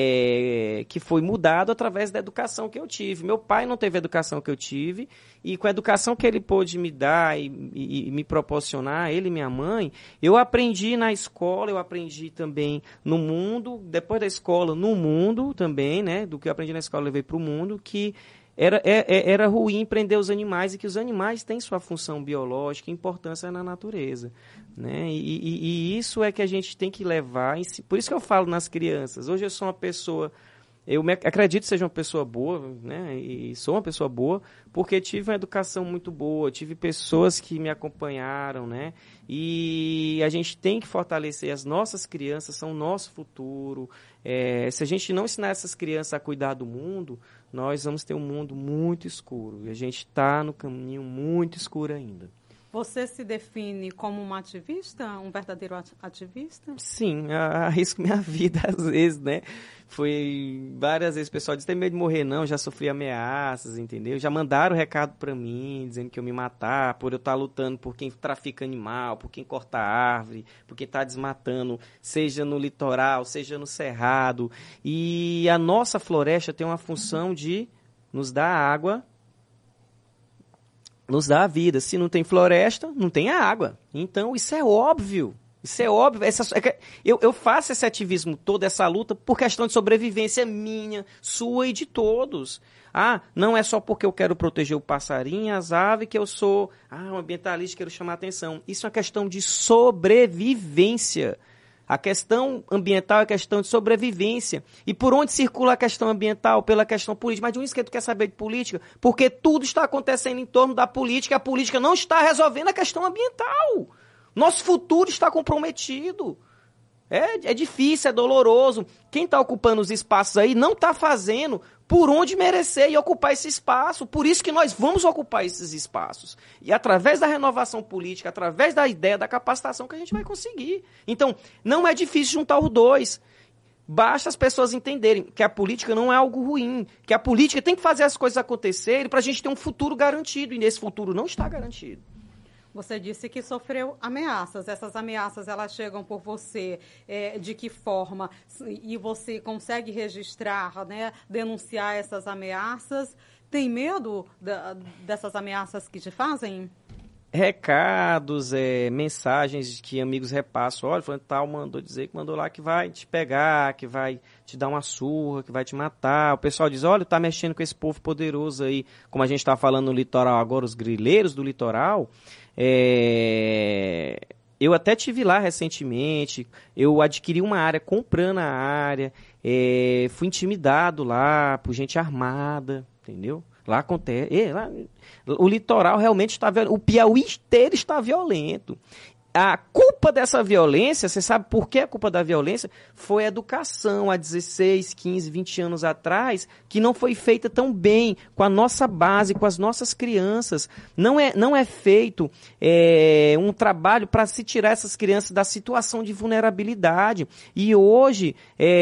é, que foi mudado através da educação que eu tive. Meu pai não teve a educação que eu tive, e com a educação que ele pôde me dar e, e, e me proporcionar, ele e minha mãe, eu aprendi na escola, eu aprendi também no mundo, depois da escola, no mundo também, né? Do que eu aprendi na escola, eu levei para o mundo, que Era, é, era ruim prender os animais, e que os animais têm sua função biológica e importância na natureza, né? E, e, e isso é que a gente tem que levar, por isso que eu falo nas crianças. Hoje eu sou uma pessoa, eu me, acredito que seja uma pessoa boa, né? E sou uma pessoa boa, porque tive uma educação muito boa, tive pessoas que me acompanharam, né? E a gente tem que fortalecer as nossas crianças, são o nosso futuro. É, se a gente não ensinar essas crianças a cuidar do mundo, nós vamos ter um mundo muito escuro. E a gente está no caminho muito escuro ainda. Você se define como um ativista, um verdadeiro ativista? Sim, arrisco minha vida às vezes, né? Foi várias vezes o pessoal disse, tem medo de morrer não, já sofri ameaças, entendeu? Já mandaram recado para mim, dizendo que eu me matar, por eu estar lutando por quem trafica animal, por quem corta árvore, por quem está desmatando, seja no litoral, seja no cerrado. E a nossa floresta tem uma função de nos dar água, nos dá a vida. Se não tem floresta, não tem água. Então, isso é óbvio. Isso é óbvio. Essa, eu, eu faço esse ativismo todo, essa luta, por questão de sobrevivência minha, sua e de todos. Ah, não é só porque eu quero proteger o passarinho, as aves, que eu sou ah, um ambientalista, quero chamar a atenção. Isso é uma questão de sobrevivência. A questão ambiental é questão de sobrevivência. E por onde circula a questão ambiental? Pela questão política. Mas de um isso que tu quer saber de política? Porque tudo está acontecendo em torno da política. A política não está resolvendo a questão ambiental. Nosso futuro está comprometido. É, é difícil, é doloroso. Quem está ocupando os espaços aí não está fazendo por onde merecer e ocupar esse espaço. Por isso que nós vamos ocupar esses espaços. E através da renovação política, através da ideia da capacitação que a gente vai conseguir. Então, não é difícil juntar os dois. Basta as pessoas entenderem que a política não é algo ruim, que a política tem que fazer as coisas acontecerem para a gente ter um futuro garantido. E esse futuro não está garantido. Você disse que sofreu ameaças. Essas ameaças, elas chegam por você, é, de que forma? E você consegue registrar, né, denunciar essas ameaças? Tem medo da, dessas ameaças que te fazem? Recados, é, mensagens que amigos repassam. Olha, falando tal, mandou dizer que mandou lá que vai te pegar, que vai te dar uma surra, que vai te matar. O pessoal diz, olha, tá mexendo com esse povo poderoso aí. Como a gente tá falando no litoral agora, os grileiros do litoral. É... Eu até tive lá recentemente, eu adquiri uma área comprando a área, é... fui intimidado lá por gente armada, entendeu? Lá acontece, é, lá... o litoral realmente está violento, o Piauí inteiro está violento. A culpa dessa violência, você sabe por que a culpa da violência? Foi a educação há dezesseis, quinze, vinte anos atrás, que não foi feita tão bem com a nossa base, com as nossas crianças. Não é, não é feito é, um trabalho para se tirar essas crianças da situação de vulnerabilidade. E hoje,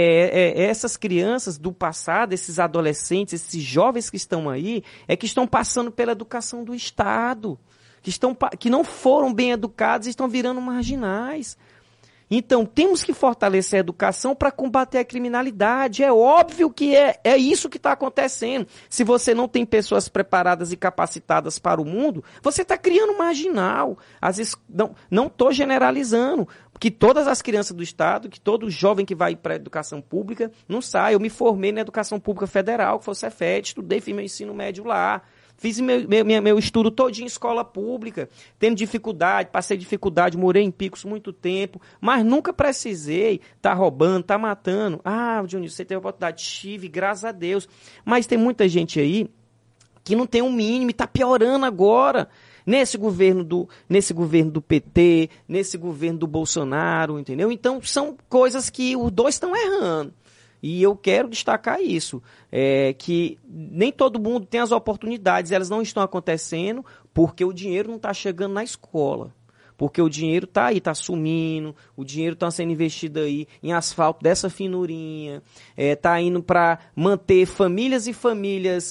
é, é, essas crianças do passado, esses adolescentes, esses jovens que estão aí, é que estão passando pela educação do Estado. Que, estão, que não foram bem educados e estão virando marginais. Então, temos que fortalecer a educação para combater a criminalidade. É óbvio que é, é isso que está acontecendo. Se você não tem pessoas preparadas e capacitadas para o mundo, você está criando marginal. Às vezes, não estou generalizando, que todas as crianças do Estado, que todo jovem que vai para a educação pública, não sai. Eu me formei na educação pública federal, que foi o Cefet, estudei, fiz meu ensino médio lá. Fiz meu, meu, meu estudo todinho em escola pública, tendo dificuldade, passei dificuldade, morei em Picos muito tempo, mas nunca precisei estar tá roubando, estar tá matando. Ah, Dionísio, você teve a oportunidade, tive, graças a Deus. Mas tem muita gente aí que não tem um mínimo e está piorando agora. Nesse governo, do, nesse governo do P T, nesse governo do Bolsonaro, entendeu? Então, são coisas que os dois estão errando. E eu quero destacar isso, é, que nem todo mundo tem as oportunidades, elas não estão acontecendo porque o dinheiro não está chegando na escola. Porque o dinheiro está aí, está sumindo, o dinheiro está sendo investido aí em asfalto dessa finurinha, está é, indo para manter famílias e famílias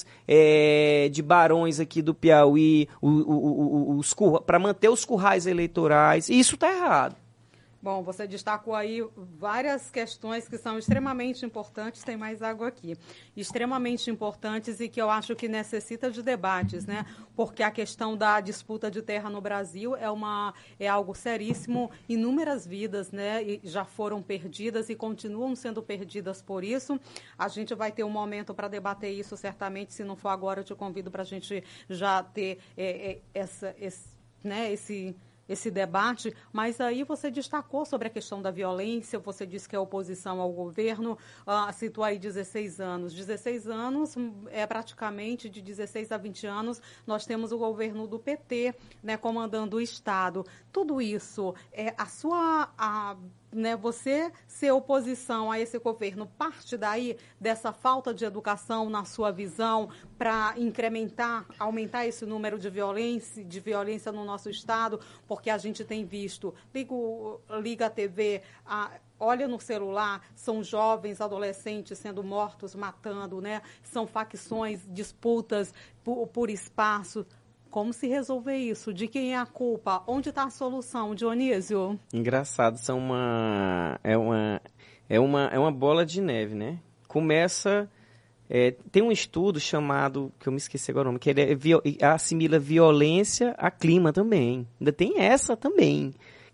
é, de barões aqui do Piauí, o, o, o, os, para manter os currais eleitorais, e isso está errado. Bom, você destacou aí várias questões que são extremamente importantes, tem mais água aqui, extremamente importantes e que eu acho que necessita de debates, né? Porque a questão da disputa de terra no Brasil é, uma, é algo seríssimo, inúmeras vidas, né, e já foram perdidas e continuam sendo perdidas por isso. A gente vai ter um momento para debater isso, certamente, se não for agora, eu te convido para a gente já ter é, é, essa, esse, né, esse... esse debate, mas aí você destacou sobre a questão da violência, você disse que é oposição ao governo, uh, citou aí dezesseis anos. dezesseis anos é praticamente de dezesseis a vinte anos, nós temos o governo do P T, né, comandando o Estado. Tudo isso, é, a sua... A, né, você ser oposição a esse governo, parte daí dessa falta de educação na sua visão para incrementar, aumentar esse número de violência, de violência no nosso Estado, porque a gente tem visto, liga, liga a T V, a, olha no celular, são jovens, adolescentes sendo mortos, matando, né? São facções, disputas por, por espaço. Como se resolver isso? De quem é a culpa? Onde está a solução, Dionísio? Engraçado, são uma, é, uma, é, uma, é uma bola de neve, né? Começa... É, tem um estudo chamado, que eu me esqueci agora o nome, que ele é, assimila violência a clima também. Ainda tem essa também.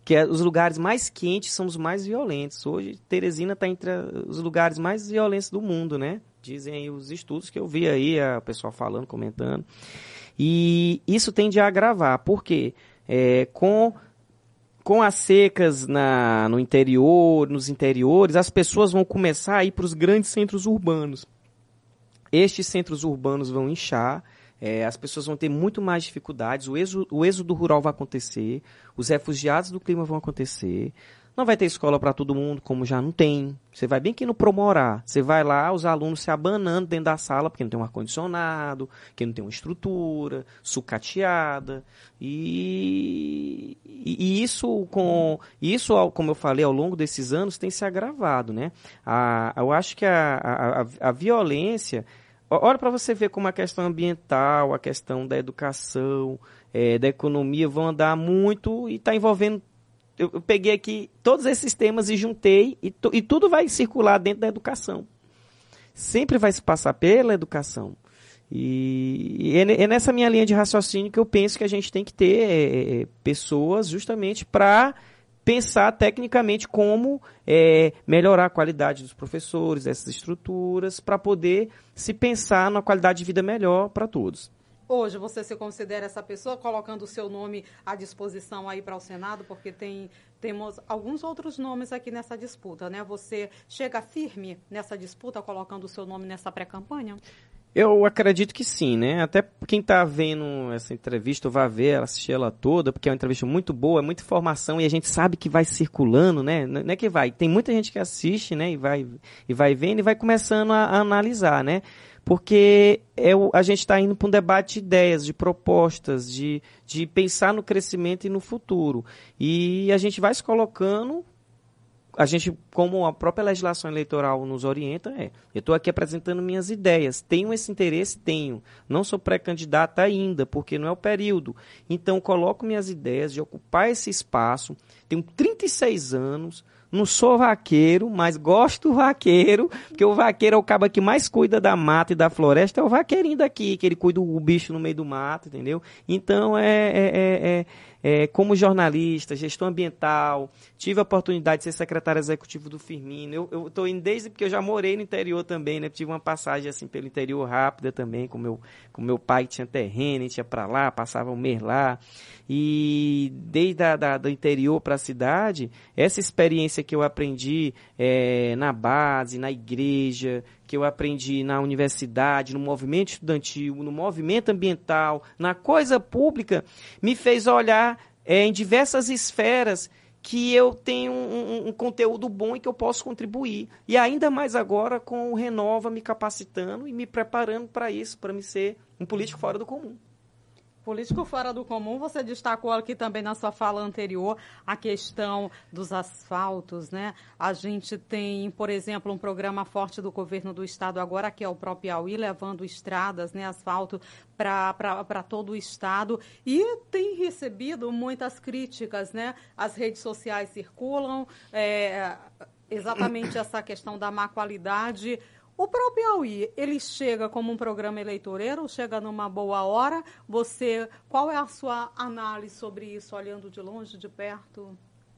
que é, os lugares mais quentes são os mais violentos. Hoje, Teresina está entre os lugares mais violentos do mundo, né? Dizem aí os estudos que eu vi aí, a pessoal falando, comentando. E isso tende a agravar. Por quê? É, com, com as secas na, no interior, nos interiores, as pessoas vão começar a ir para os grandes centros urbanos. Estes centros urbanos vão inchar, é, as pessoas vão ter muito mais dificuldades, o êxodo, o êxodo rural vai acontecer, os refugiados do clima vão acontecer, não vai ter escola para todo mundo, como já não tem. Você vai bem aqui no Promorá, você vai lá, os alunos se abanando dentro da sala, porque não tem um ar-condicionado, porque não tem uma estrutura, sucateada. E, e, e isso, com, isso, como eu falei, ao longo desses anos, tem se agravado, né? A, eu acho que a, a, a violência... Olha para você ver como a questão ambiental, a questão da educação, é, da economia vão andar muito e está envolvendo... Eu, eu peguei aqui todos esses temas e juntei, e, to, e tudo vai circular dentro da educação. Sempre vai se passar pela educação. E, e é, é nessa minha linha de raciocínio que eu penso que a gente tem que ter é, é, pessoas justamente para pensar tecnicamente como é, melhorar a qualidade dos professores, dessas estruturas, para poder se pensar numa qualidade de vida melhor para todos. Hoje você se considera essa pessoa, colocando o seu nome à disposição aí para o Senado, porque tem, temos alguns outros nomes aqui nessa disputa, né? Você chega firme nessa disputa, colocando o seu nome nessa pré-campanha? Eu acredito que sim, né? Até quem está vendo essa entrevista vai ver, assistir ela toda, porque é uma entrevista muito boa, é muita informação e a gente sabe que vai circulando, né? Não é que vai, tem muita gente que assiste, né? E vai, e vai vendo e vai começando a, a analisar, né? Porque é o, a gente está indo para um debate de ideias, de propostas, de, de pensar no crescimento e no futuro. E a gente vai se colocando, a gente, como a própria legislação eleitoral nos orienta, é, eu estou aqui apresentando minhas ideias, tenho esse interesse? Tenho. Não sou pré-candidata ainda, porque não é o período. Então, coloco minhas ideias de ocupar esse espaço, tenho trinta e seis anos, não sou vaqueiro, mas gosto do vaqueiro, porque o vaqueiro é o cabo que mais cuida da mata e da floresta, é o vaqueirinho daqui, que ele cuida do bicho no meio do mato, entendeu? Então, é, é, é, é, como jornalista, gestão ambiental, tive a oportunidade de ser secretário executivo do Firmino. Eu estou indo desde porque eu já morei no interior também, né? Tive uma passagem assim pelo interior rápida também, com meu, com meu pai que tinha terreno, a gente ia para lá, passava um mês lá. E desde a, da, do interior para a cidade, essa experiência que eu aprendi é, na base, na igreja, que eu aprendi na universidade, no movimento estudantil, no movimento ambiental, na coisa pública, me fez olhar é, em diversas esferas que eu tenho um, um, um conteúdo bom e que eu posso contribuir. E ainda mais agora com o Renova me capacitando e me preparando para isso, para me ser um político fora do comum. Político fora do comum, você destacou aqui também na sua fala anterior a questão dos asfaltos, né? A gente tem, por exemplo, um programa forte do governo do estado agora, que é o próprio Piauí, levando estradas, né, asfalto para todo o estado, e tem recebido muitas críticas, né? As redes sociais circulam, é, exatamente essa questão da má qualidade. O próprio Piauí, ele chega como um programa eleitoreiro, chega numa boa hora. Você, qual é a sua análise sobre isso, olhando de longe, de perto?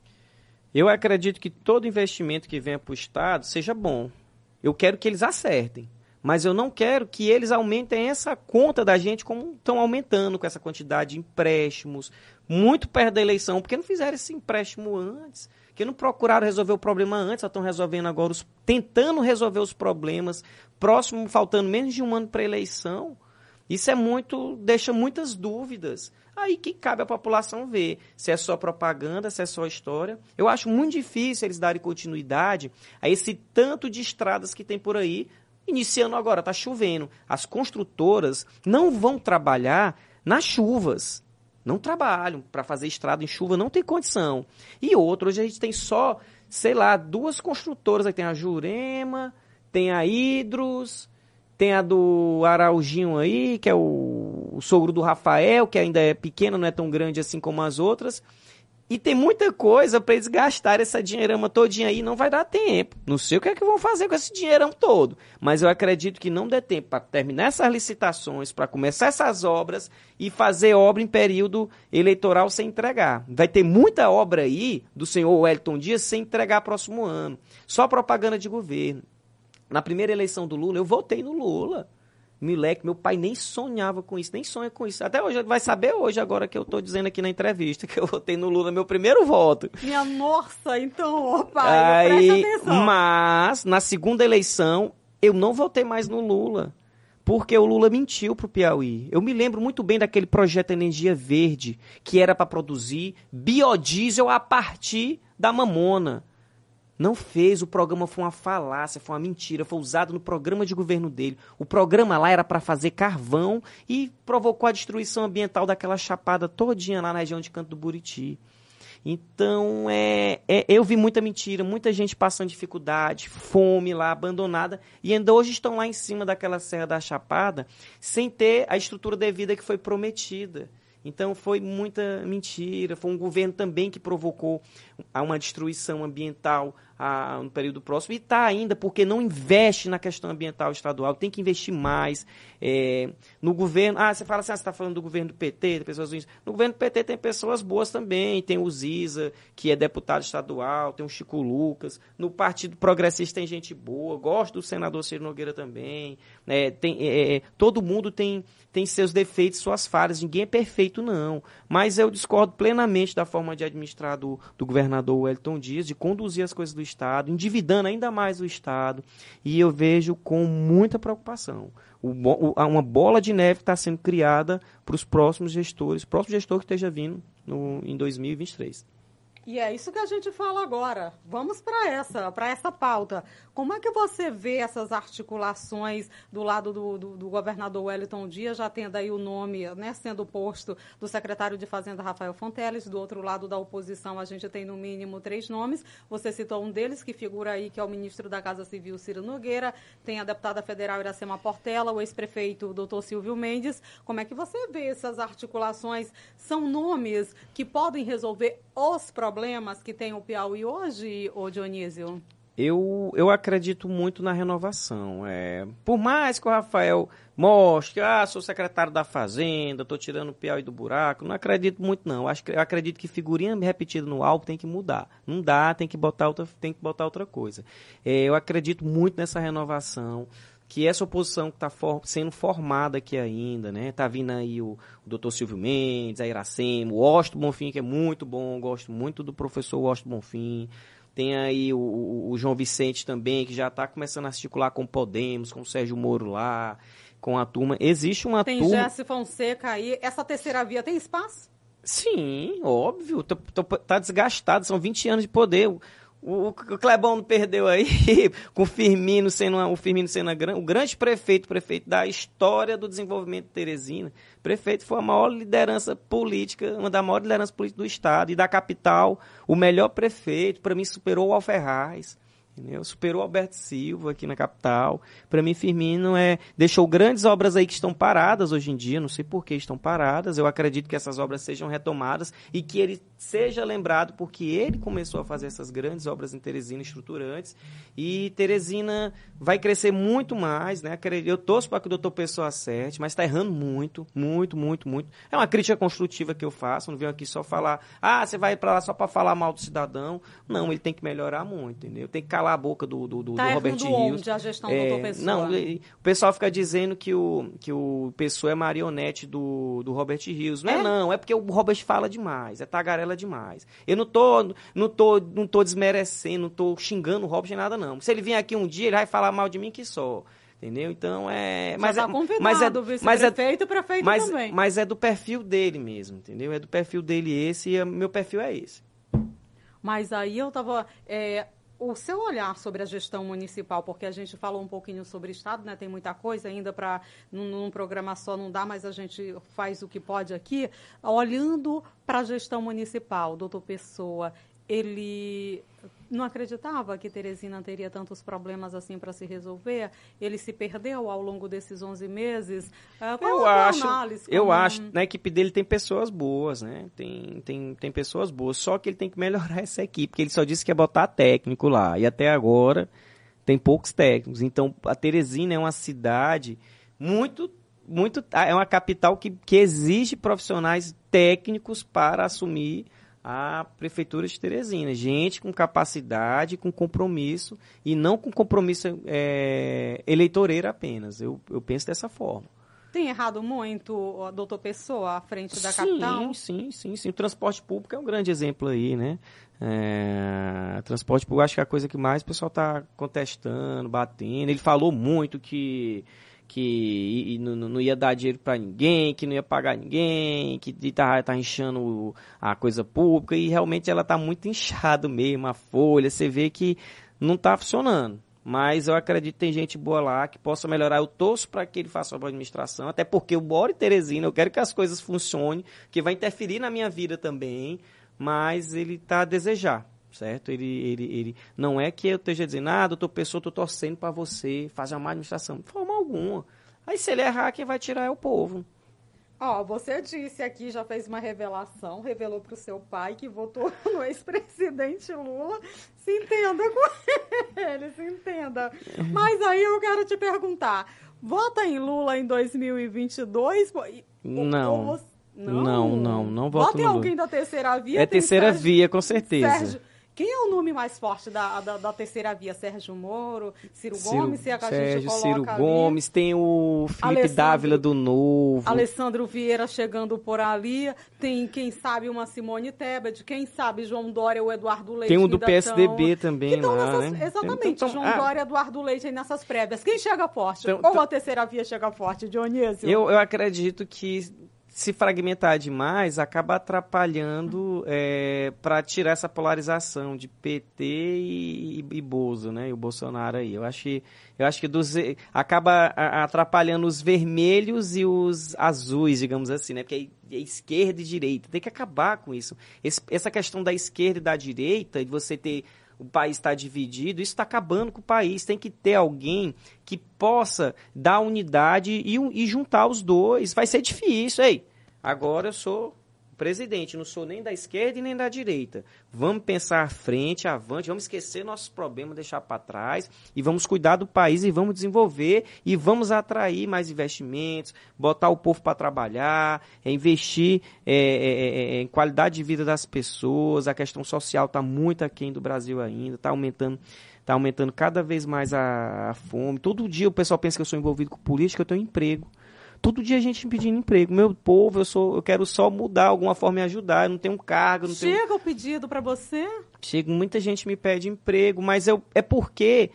Eu acredito que todo investimento que venha para o Estado seja bom. Eu quero que eles acertem, mas eu não quero que eles aumentem essa conta da gente como estão aumentando com essa quantidade de empréstimos, muito perto da eleição, porque não fizeram esse empréstimo antes, que não procuraram resolver o problema antes, só estão resolvendo agora, os, tentando resolver os problemas, próximo, faltando menos de um ano para a eleição. Isso é muito, deixa muitas dúvidas. Aí que cabe à população ver se é só propaganda, se é só história. Eu acho muito difícil eles darem continuidade a esse tanto de estradas que tem por aí, iniciando agora, está chovendo. As construtoras não vão trabalhar nas chuvas. Não trabalham para fazer estrada em chuva, não tem condição. E outro, hoje a gente tem só, sei lá, duas construtoras. Aí tem a Jurema, tem a Hidros, tem a do Araujinho aí, que é o, o sogro do Rafael, que ainda é pequena, não é tão grande assim como as outras. E tem muita coisa para eles gastarem essa dinheirama todinha aí, não vai dar tempo. Não sei o que é que vão fazer com esse dinheirão todo, mas eu acredito que não dê tempo para terminar essas licitações, para começar essas obras e fazer obra em período eleitoral sem entregar. Vai ter muita obra aí do senhor Wellington Dias sem entregar próximo ano. Só propaganda de governo. Na primeira eleição do Lula, eu votei no Lula. Moleque, meu pai nem sonhava com isso, nem sonha com isso. Até hoje, ele vai saber hoje, agora que eu tô dizendo aqui na entrevista, que eu votei no Lula, meu primeiro voto. Minha nossa, então, ó pai, Aí, presta atenção. Mas, na segunda eleição, eu não votei mais no Lula, porque o Lula mentiu pro Piauí. Eu me lembro muito bem daquele projeto Energia Verde, que era para produzir biodiesel a partir da mamona. Não fez, o programa foi uma falácia, foi uma mentira, foi usado no programa de governo dele. O programa lá era para fazer carvão e provocou a destruição ambiental daquela chapada todinha lá na região de Canto do Buriti. Então, é, é, eu vi muita mentira, muita gente passando dificuldade, fome lá, abandonada, e ainda hoje estão lá em cima daquela Serra da Chapada sem ter a estrutura devida que foi prometida. Então, foi muita mentira, foi um governo também que provocou uma destruição ambiental ah, no período próximo, e está ainda porque não investe na questão ambiental estadual, tem que investir mais é, no governo. Ah, você fala assim, ah, você está falando do governo do P T, tem pessoas ruins. No governo do P T tem pessoas boas também, tem o Ziza, que é deputado estadual, tem o Chico Lucas, no Partido Progressista tem gente boa, gosto do senador Ciro Nogueira também, é, tem, é, todo mundo tem, tem seus defeitos, suas falhas, ninguém é perfeito não, mas eu discordo plenamente da forma de administrar do, do governador Wellington Dias, de conduzir as coisas do Estado, endividando ainda mais o Estado, e eu vejo com muita preocupação. O, o, uma bola de neve está sendo criada para os próximos gestores, próximo gestor que esteja vindo no, em dois mil e vinte e três. E é isso que a gente fala agora. Vamos para essa, para essa pauta. Como é que você vê essas articulações do lado do, do, do governador Wellington Dias, já tendo aí o nome, né, sendo posto do secretário de Fazenda Rafael Fonteles, do outro lado da oposição a gente tem no mínimo três nomes. Você citou um deles que figura aí, que é o ministro da Casa Civil, Ciro Nogueira, tem a deputada federal Iracema Portela, o ex-prefeito doutor Silvio Mendes. Como é que você vê essas articulações? São nomes que podem resolver os problemas problemas que tem o Piauí hoje, ô Dionísio? Eu, eu acredito muito na renovação. É, por mais que o Rafael mostre, ah, sou secretário da Fazenda, estou tirando o Piauí do buraco, não acredito muito não. Acho que, eu acredito que figurinha repetida no álbum tem que mudar. Não dá, tem que botar outra, tem que botar outra coisa. É, eu acredito muito nessa renovação, que essa oposição que está for, sendo formada aqui ainda, né? Tá vindo aí o, o doutor Silvio Mendes, a Iracema, o Washington Bonfim, que é muito bom, gosto muito do professor Washington Bonfim. Tem aí o, o, o João Vicente também, que já está começando a articular com o Podemos, com o Sérgio Moro lá, com a turma. Existe uma tem turma... Tem Jesse Fonseca aí. Essa terceira via tem espaço? Sim, óbvio. Tô, tô, tá desgastado, são vinte anos de poder. O, o Clebão não perdeu aí, com o Firmino sendo, uma, o, Firmino sendo a, o grande prefeito, prefeito da história do desenvolvimento de Teresina. Prefeito foi a maior liderança política, uma das maiores lideranças políticas do Estado e da capital. O melhor prefeito, para mim, superou o Alferraz. Entendeu? Superou o Alberto Silva aqui na capital. Para mim, Firmino é, deixou grandes obras aí que estão paradas hoje em dia. Não sei por que estão paradas. Eu acredito que essas obras sejam retomadas e que ele seja lembrado porque ele começou a fazer essas grandes obras em Teresina estruturantes. E Teresina vai crescer muito mais, né? Eu torço para que o doutor Pessoa acerte, mas está errando muito, muito, muito, muito. É uma crítica construtiva que eu faço. Não venho aqui só falar, ah, você vai para lá só para falar mal do cidadão. Não, ele tem que melhorar muito, entendeu? Tem que calar a boca do, do, do, tá do Robert Rios. Onde a gestão do doutor Pessoa? Não, o pessoal fica dizendo que o, que o Pessoa é marionete do, do Robert Rios. Não é? é não, é porque o Robert fala demais, é tagarela demais. Eu não tô, não tô, não tô desmerecendo, não tô xingando o Robert nem nada, não. Se ele vier aqui um dia, ele vai falar mal de mim que só. Entendeu? Então é. Mas tá é, convidado, mas é, mas é prefeito, prefeito mas, também. Mas é do perfil dele mesmo, entendeu? É do perfil dele esse e meu perfil é esse. Mas aí eu tava. É... O seu olhar sobre a gestão municipal, porque a gente falou um pouquinho sobre Estado, né? Tem muita coisa ainda para, num, num programa só não dá, mas a gente faz o que pode aqui. Olhando para a gestão municipal, doutor Pessoa, ele não acreditava que Teresina teria tantos problemas assim para se resolver? Ele se perdeu ao longo desses onze meses? Uh, qual eu a acho, análise? eu como... acho, na equipe dele tem pessoas boas, né? Tem, tem, tem pessoas boas, só que ele tem que melhorar essa equipe, porque ele só disse que ia botar técnico lá, e até agora tem poucos técnicos. Então, a Teresina é uma cidade muito, muito, é uma capital que, que exige profissionais técnicos para assumir a Prefeitura de Teresina. Gente com capacidade, com compromisso, e não com compromisso é, eleitoreiro apenas. Eu, eu penso dessa forma. Tem errado muito, doutor Pessoa, à frente da sim, capital? Sim, sim, sim. O transporte público é um grande exemplo aí, né? É, transporte público, acho que é a coisa que mais o pessoal está contestando, batendo. Ele falou muito que... que não, não ia dar dinheiro para ninguém, que não ia pagar ninguém, que tá, tá inchando a coisa pública, e realmente ela tá muito inchada mesmo, a folha, você vê que não tá funcionando. Mas eu acredito que tem gente boa lá que possa melhorar. Eu torço para que ele faça uma boa administração, até porque eu moro em Teresina, eu quero que as coisas funcionem, que vai interferir na minha vida também, mas ele tá a desejar. Certo? Ele, ele, ele não é que eu esteja dizendo, ah, doutor Pessoa, estou torcendo para você fazer uma má administração. De forma alguma. Aí, se ele errar, quem vai tirar é o povo. Ó, oh, você disse aqui, já fez uma revelação, revelou para o seu pai que votou no ex-presidente Lula. Se entenda com ele, se entenda. Mas aí eu quero te perguntar, vota em Lula em dois mil e vinte e dois? Não. Ou, não, não, não, não voto vota em no Lula. alguém da terceira via? É terceira Sérgio, via, com certeza. Sérgio, quem é o nome mais forte da, da, da terceira via? Sérgio Moro, Ciro, Ciro Gomes, se é que a Sérgio, gente coloca Ciro ali. Gomes, tem o Felipe Alessandro, Dávila do Novo. Alessandro Vieira chegando por ali, tem, quem sabe, uma Simone Tebet, quem sabe João Dória ou Eduardo Leite. Tem um do P S D B tão, também tão lá, nessas, né? Exatamente, então, João ah, Dória e Eduardo Leite aí nessas prévias. Quem chega forte? Então, ou então, a terceira via chega forte, Dionísio? Eu, eu acredito que se fragmentar demais, acaba atrapalhando é, para tirar essa polarização de P T e, e, e Bozo, né? E o Bolsonaro aí. Eu acho que, eu acho que dos, acaba atrapalhando os vermelhos e os azuis, digamos assim, né? Porque é esquerda e direita. Tem que acabar com isso. Esse, essa questão da esquerda e da direita, de você ter... O país está dividido, isso está acabando com o país. Tem que ter alguém que possa dar unidade e, e juntar os dois. Vai ser difícil. Ei, agora eu sou presidente, não sou nem da esquerda e nem da direita. Vamos pensar à frente, avante, vamos esquecer nossos problemas, deixar para trás e vamos cuidar do país e vamos desenvolver e vamos atrair mais investimentos, botar o povo para trabalhar, é, investir é, é, é, em qualidade de vida das pessoas. A questão social está muito aquém do Brasil ainda, está aumentando, tá aumentando cada vez mais a, a fome. Todo dia o pessoal pensa que eu sou envolvido com política, eu tenho emprego. Todo dia a gente pedindo emprego. Meu povo, eu, sou, eu quero só mudar, alguma forma me ajudar. Eu não tenho um cargo. Não Chega tenho... o pedido para você? Chega, muita gente me pede emprego, mas eu, é porque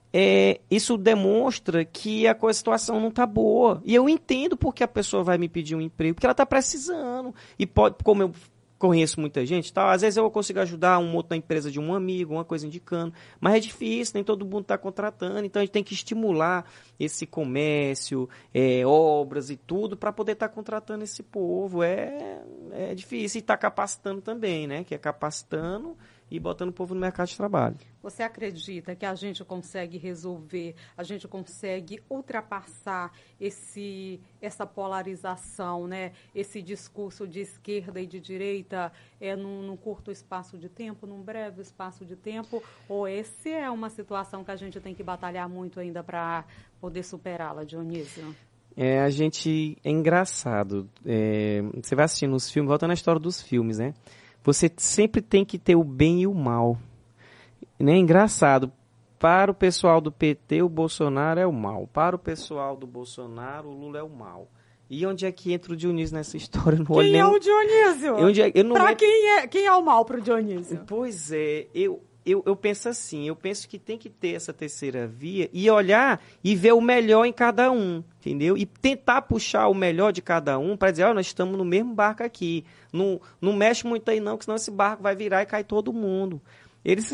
é, isso demonstra que a, a situação não está boa. E eu entendo porque a pessoa vai me pedir um emprego, porque ela está precisando. E pode, como eu conheço muita gente, tá? Às vezes eu consigo ajudar um outro na empresa de um amigo, uma coisa indicando, mas é difícil, nem todo mundo está contratando, então a gente tem que estimular esse comércio, é, obras e tudo, para poder estar tá contratando esse povo. É, é difícil, e está capacitando também, né? Que é capacitando e botando o povo no mercado de trabalho. Você acredita que a gente consegue resolver, a gente consegue ultrapassar esse, essa polarização, né? Esse discurso de esquerda e de direita é, num, num curto espaço de tempo, num breve espaço de tempo? Ou essa é uma situação que a gente tem que batalhar muito ainda para poder superá-la, Dionísio? É, a gente... É engraçado. É, você vai assistindo os filmes, voltando à história dos filmes, né? Você sempre tem que ter o bem e o mal. Né? Engraçado. Para o pessoal do P T, o Bolsonaro é o mal. Para o pessoal do Bolsonaro, o Lula é o mal. E onde é que entra o Dionísio nessa história? Eu não quem é nem... o Dionísio? Onde é... eu não Para lembro... quem é, quem é o mal para o Dionísio? Pois é, eu... Eu, eu penso assim, eu penso que tem que ter essa terceira via e olhar e ver o melhor em cada um, entendeu? E tentar puxar o melhor de cada um para dizer, ó, oh, nós estamos no mesmo barco aqui. Não, não mexe muito aí não, que senão esse barco vai virar e cai todo mundo. Eles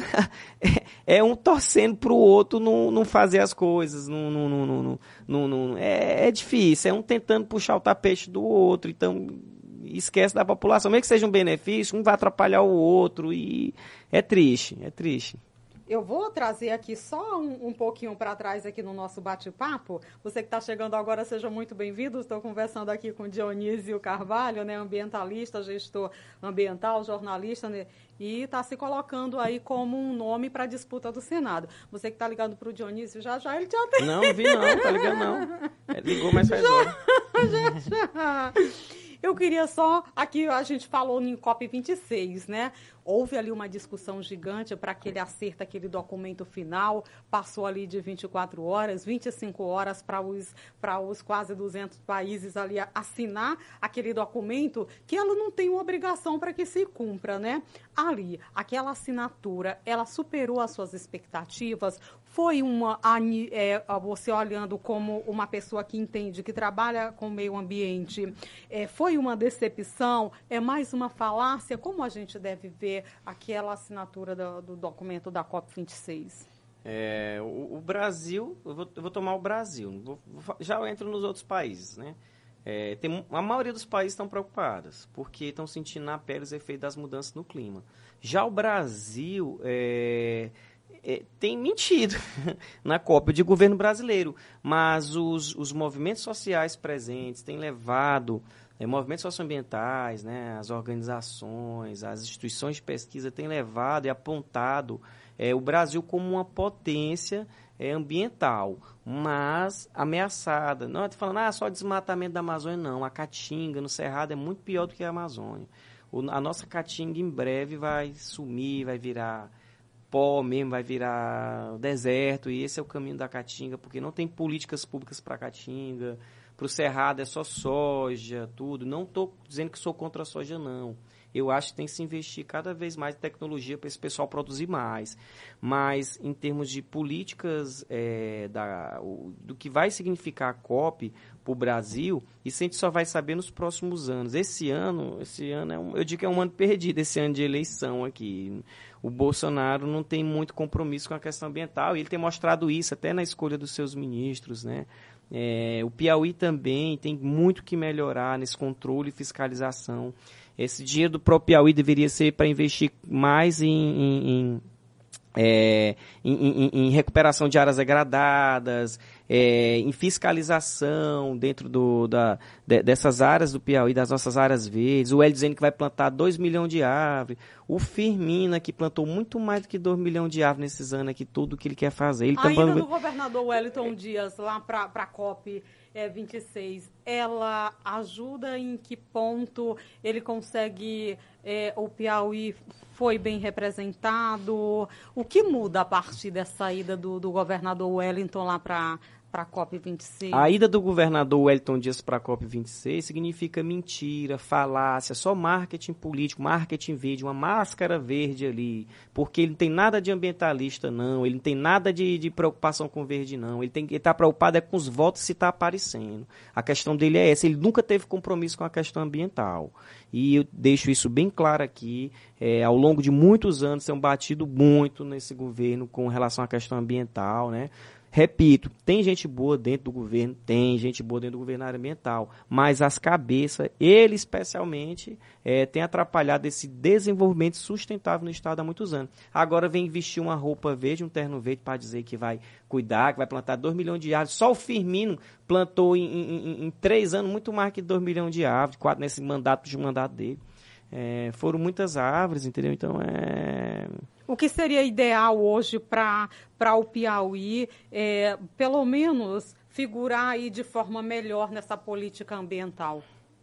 é um torcendo para o outro não, não fazer as coisas, não, não, não, não, não, não, é, é difícil, é um tentando puxar o tapete do outro, então... e esquece da população. Mesmo que seja um benefício, um vai atrapalhar o outro e é triste, é triste. Eu vou trazer aqui só um, um pouquinho para trás aqui no nosso bate-papo. Você que está chegando agora, seja muito bem-vindo. Estou conversando aqui com Dionísio Carvalho, né, ambientalista, gestor ambiental, jornalista, né, e está se colocando aí como um nome para a disputa do Senado. Você que está ligando para o Dionísio, já já ele já tem... Não, não vi não, tá ligando não. Ele ligou, mas faz hora. já, já. Eu queria só, aqui a gente falou em COP vinte e seis, né? Houve ali uma discussão gigante para que ele acerta aquele documento final, passou ali de vinte e quatro horas, vinte e cinco horas para os, para os quase duzentos países ali assinar aquele documento, que ela não tem uma obrigação para que se cumpra, né? Ali, aquela assinatura, ela superou as suas expectativas? Foi uma, é, você olhando como uma pessoa que entende, que trabalha com o meio ambiente, é, foi uma decepção? É mais uma falácia? Como a gente deve ver aquela assinatura do, do documento da COP vinte e seis? É, o, o Brasil, eu vou, eu vou tomar o Brasil, vou, vou, já eu entro nos outros países, né? É, tem, a maioria dos países estão preocupados, porque estão sentindo na pele os efeitos das mudanças no clima. Já o Brasil... É, É, tem mentido na COP de governo brasileiro, mas os, os movimentos sociais presentes têm levado, é, movimentos socioambientais, né, as organizações, as instituições de pesquisa têm levado e apontado é, o Brasil como uma potência é, ambiental, mas ameaçada. Não estou falando ah, só desmatamento da Amazônia, não. A Caatinga, no Cerrado, é muito pior do que a Amazônia. O, a nossa Caatinga, em breve, vai sumir, vai virar... pó mesmo, vai virar deserto, e esse é o caminho da Caatinga, porque não tem políticas públicas para a Caatinga, para o Cerrado é só soja, tudo. Não estou dizendo que sou contra a soja, não. Eu acho que tem que se investir cada vez mais em tecnologia para esse pessoal produzir mais. Mas, em termos de políticas é, da, o, do que vai significar a COP para o Brasil, isso a gente só vai saber nos próximos anos. Esse ano, esse ano é um, eu digo que é um ano perdido, esse ano de eleição aqui. O Bolsonaro não tem muito compromisso com a questão ambiental, e ele tem mostrado isso até na escolha dos seus ministros, né? É, o Piauí também tem muito que melhorar nesse controle e fiscalização. Esse dinheiro do próprio Piauí deveria ser para investir mais em, em, em, é, em, em, em recuperação de áreas degradadas, é, em fiscalização dentro do, da, de, dessas áreas do Piauí, das nossas áreas verdes. O Hélio dizendo que vai plantar dois milhões de árvores. O Firmina, que plantou muito mais do que dois milhões de árvores nesses anos aqui, tudo que ele quer fazer. Ele Ainda também... no governador Wellington Dias, lá para a COP é, vinte e seis, ela ajuda em que ponto ele consegue, é, o Piauí foi bem representado? O que muda a partir dessa ida do, do governador Wellington lá para a COP vinte e seis? A ida do governador Wellington Dias para a COP vinte e seis significa mentira, falácia, só marketing político, marketing verde, uma máscara verde ali, porque ele não tem nada de ambientalista, não, ele não tem nada de, de preocupação com verde, não, ele está preocupado é com os votos se está aparecendo. A questão dele é essa, ele nunca teve compromisso com a questão ambiental. E eu deixo isso bem claro aqui, é, ao longo de muitos anos, tem batido muito nesse governo com relação à questão ambiental, né? Repito, tem gente boa dentro do governo, tem gente boa dentro do governo ambiental, mas as cabeças, ele especialmente, é, tem atrapalhado esse desenvolvimento sustentável no Estado há muitos anos. Agora vem vestir uma roupa verde, um terno verde, para dizer que vai cuidar, que vai plantar dois milhões de árvores. Só o Firmino plantou em, em, em três anos muito mais que dois milhões de árvores, quatro nesse mandato de mandato dele. É, foram muitas árvores, entendeu? Então, é... O que seria ideal hoje para o Piauí, é, pelo menos, figurar aí de forma melhor nessa política ambiental?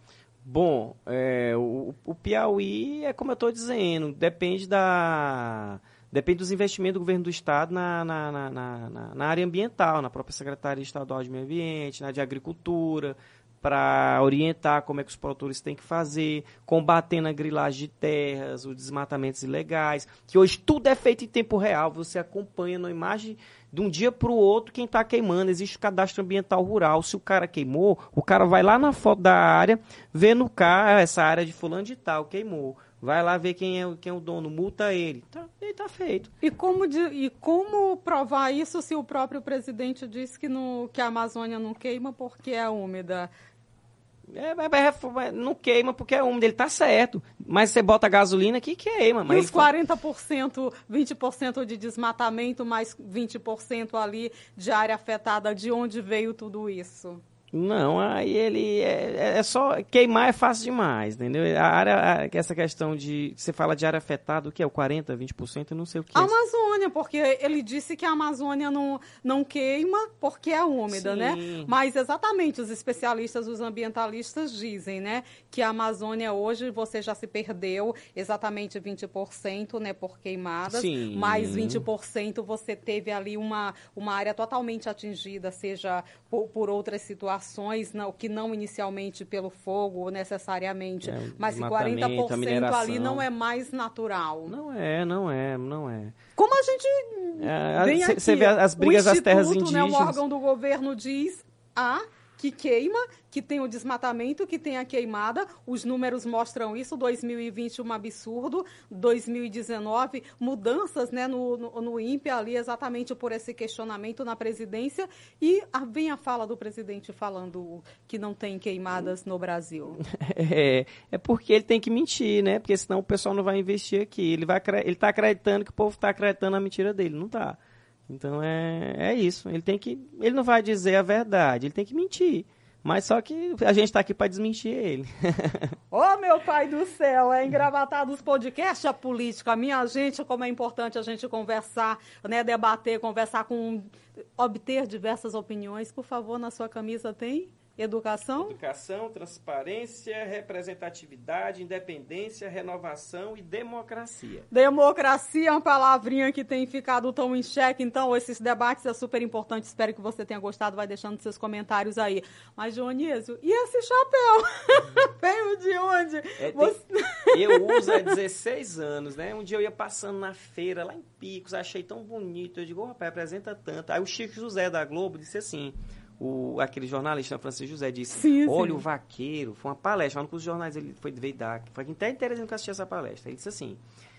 Bom, é, o, o Piauí é como eu estou dizendo, depende da... Depende dos investimentos do governo do Estado na, na, na, na, na área ambiental, na própria Secretaria Estadual de Meio Ambiente, na de Agricultura, para orientar como é que os produtores têm que fazer, combatendo a grilagem de terras, os desmatamentos ilegais, que hoje tudo é feito em tempo real, você acompanha na imagem de um dia para o outro quem está queimando, existe o cadastro ambiental rural, se o cara queimou, o cara vai lá na foto da área, vê no carro, essa área de fulano de tal, queimou. Vai lá ver quem é, quem é o dono, multa ele. Tá, ele tá feito. E como, de, e como provar isso se o próprio presidente disse que, no, que a Amazônia não queima porque é úmida? É, é, é, não queima porque é úmido, ele tá certo. Mas você bota gasolina que queima. Mas e os quarenta por cento, vinte por cento de desmatamento, mais vinte por cento ali de área afetada, de onde veio tudo isso? Não, aí ele é, é só queimar é fácil demais, entendeu? A área, essa questão de você fala de área afetada, o que é o quarenta, vinte por cento, eu não sei o que a é. Amazônia, porque ele disse que a Amazônia não, não queima porque é úmida, Sim. né? Mas exatamente os especialistas, os ambientalistas dizem, né, que a Amazônia hoje você já se perdeu exatamente vinte por cento, né, por queimadas, Sim. mais vinte por cento você teve ali uma, uma área totalmente atingida, seja por, por outras situações, não, que não inicialmente pelo fogo necessariamente, É, mas quarenta por cento ali não é mais natural. Não é, não é, não é. Como a gente é, vem aqui, você vê as brigas das terras indígenas. Né, um órgão do governo diz A, que queima, que tem o desmatamento, que tem a queimada. Os números mostram isso. dois mil e vinte, um absurdo. dois mil e dezenove, mudanças, né, no, no, no INPE ali, exatamente por esse questionamento na presidência. E a, vem a fala do presidente falando que não tem queimadas no Brasil. É, é porque ele tem que mentir, né? Porque senão o pessoal não vai investir aqui. Ele vai, ele está acreditando que o povo está acreditando na mentira dele. Não está. Então é, é isso. Ele tem que, ele não vai dizer a verdade, ele tem que mentir. Mas só que a gente está aqui para desmentir ele. Ô, oh, meu pai do céu, é Engravatados Podcast, a política. Minha gente, como é importante a gente conversar, né, debater, conversar com, obter diversas opiniões. Por favor, na sua camisa tem educação? Educação, transparência, representatividade, independência, renovação e democracia. Democracia é uma palavrinha que tem ficado tão em xeque. Então, esses debates é super importante. Espero que você tenha gostado. Vai deixando seus comentários aí. Mas, Dionísio, e esse chapéu? Veio de onde? É, você... tem... Eu uso há dezesseis anos, né? Um dia eu ia passando na feira, lá em Picos, achei tão bonito. Eu digo, oh, rapaz, apresenta tanto. Aí o Chico José da Globo disse assim... O, aquele jornalista, Francisco José, disse, sim, olha sim. o vaqueiro, foi uma palestra, um dos jornais ele foi veio dar, foi até interessante que eu assisti essa palestra, ele disse assim,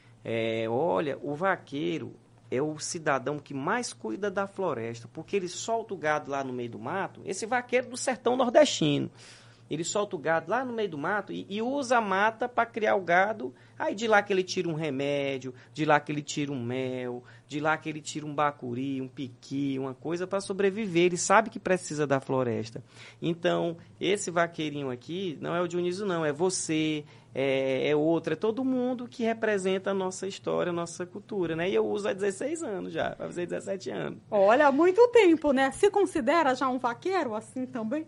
é, olha, o vaqueiro é o cidadão que mais cuida da floresta, porque ele solta o gado lá no meio do mato, esse vaqueiro do sertão nordestino, ele solta o gado lá no meio do mato e, e usa a mata para criar o gado. Aí de lá que ele tira um remédio, de lá que ele tira um mel, de lá que ele tira um bacuri, um piqui, uma coisa para sobreviver. Ele sabe que precisa da floresta. Então, esse vaqueirinho aqui não é o Dionísio, não. É você, é, é outro, é todo mundo que representa a nossa história, a nossa cultura, né? E eu uso há dezesseis anos já, vai fazer dezessete anos. Olha, há muito tempo, né? Se considera já um vaqueiro assim também?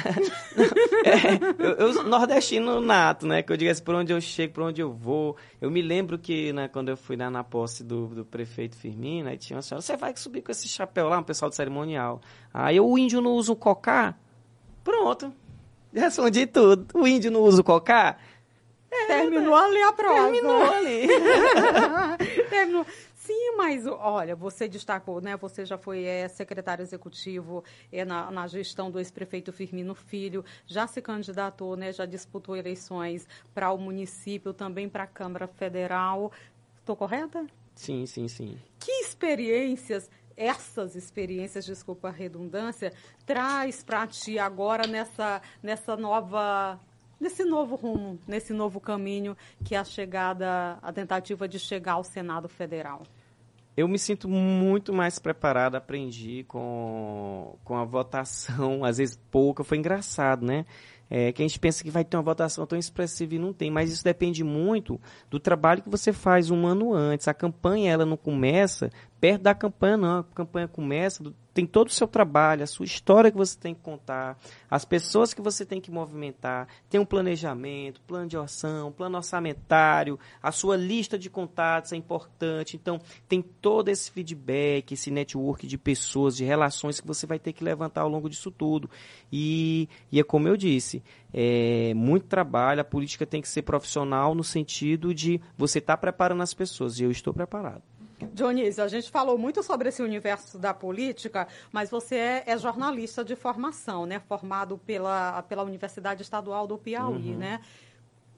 é, eu, eu nordestino nato, né? Que eu digo assim, por onde eu chego, por onde eu vou. Eu me lembro que, né, quando eu fui lá na posse do, do prefeito Firmino, aí tinha uma senhora, você vai subir com esse chapéu lá, um pessoal do cerimonial. Aí o índio não usa o cocá? Pronto. Respondi tudo. O índio não usa o cocá? É, terminou né? ali a prova. Terminou ali. Terminou. Sim, mas olha, você destacou, né? Você já foi é, secretário executivo é, na, na gestão do ex-prefeito Firmino Filho, já se candidatou, né? Já disputou eleições para o município, também para a Câmara Federal. Estou correta? Sim, sim, sim. Que experiências, essas experiências, desculpa a redundância, traz para ti agora nessa, nessa nova... nesse novo rumo, nesse novo caminho que é a chegada, a tentativa de chegar ao Senado Federal? Eu me sinto muito mais preparado, aprendi com, com a votação, às vezes pouca, foi engraçado, né? É, que a gente pensa que vai ter uma votação tão expressiva e não tem, mas isso depende muito do trabalho que você faz um ano antes. A campanha, ela não começa perto da campanha, não. A campanha começa, tem todo o seu trabalho, a sua história que você tem que contar, as pessoas que você tem que movimentar, tem um planejamento, plano de ação, plano orçamentário, a sua lista de contatos é importante. Então, tem todo esse feedback, esse network de pessoas, de relações que você vai ter que levantar ao longo disso tudo. E, e é como eu disse, é muito trabalho, a política tem que ser profissional no sentido de você estar tá preparando as pessoas, e eu estou preparado. Dionísio, a gente falou muito sobre esse universo da política, mas você é, é jornalista de formação, né? Formado pela, pela Universidade Estadual do Piauí, uhum. né?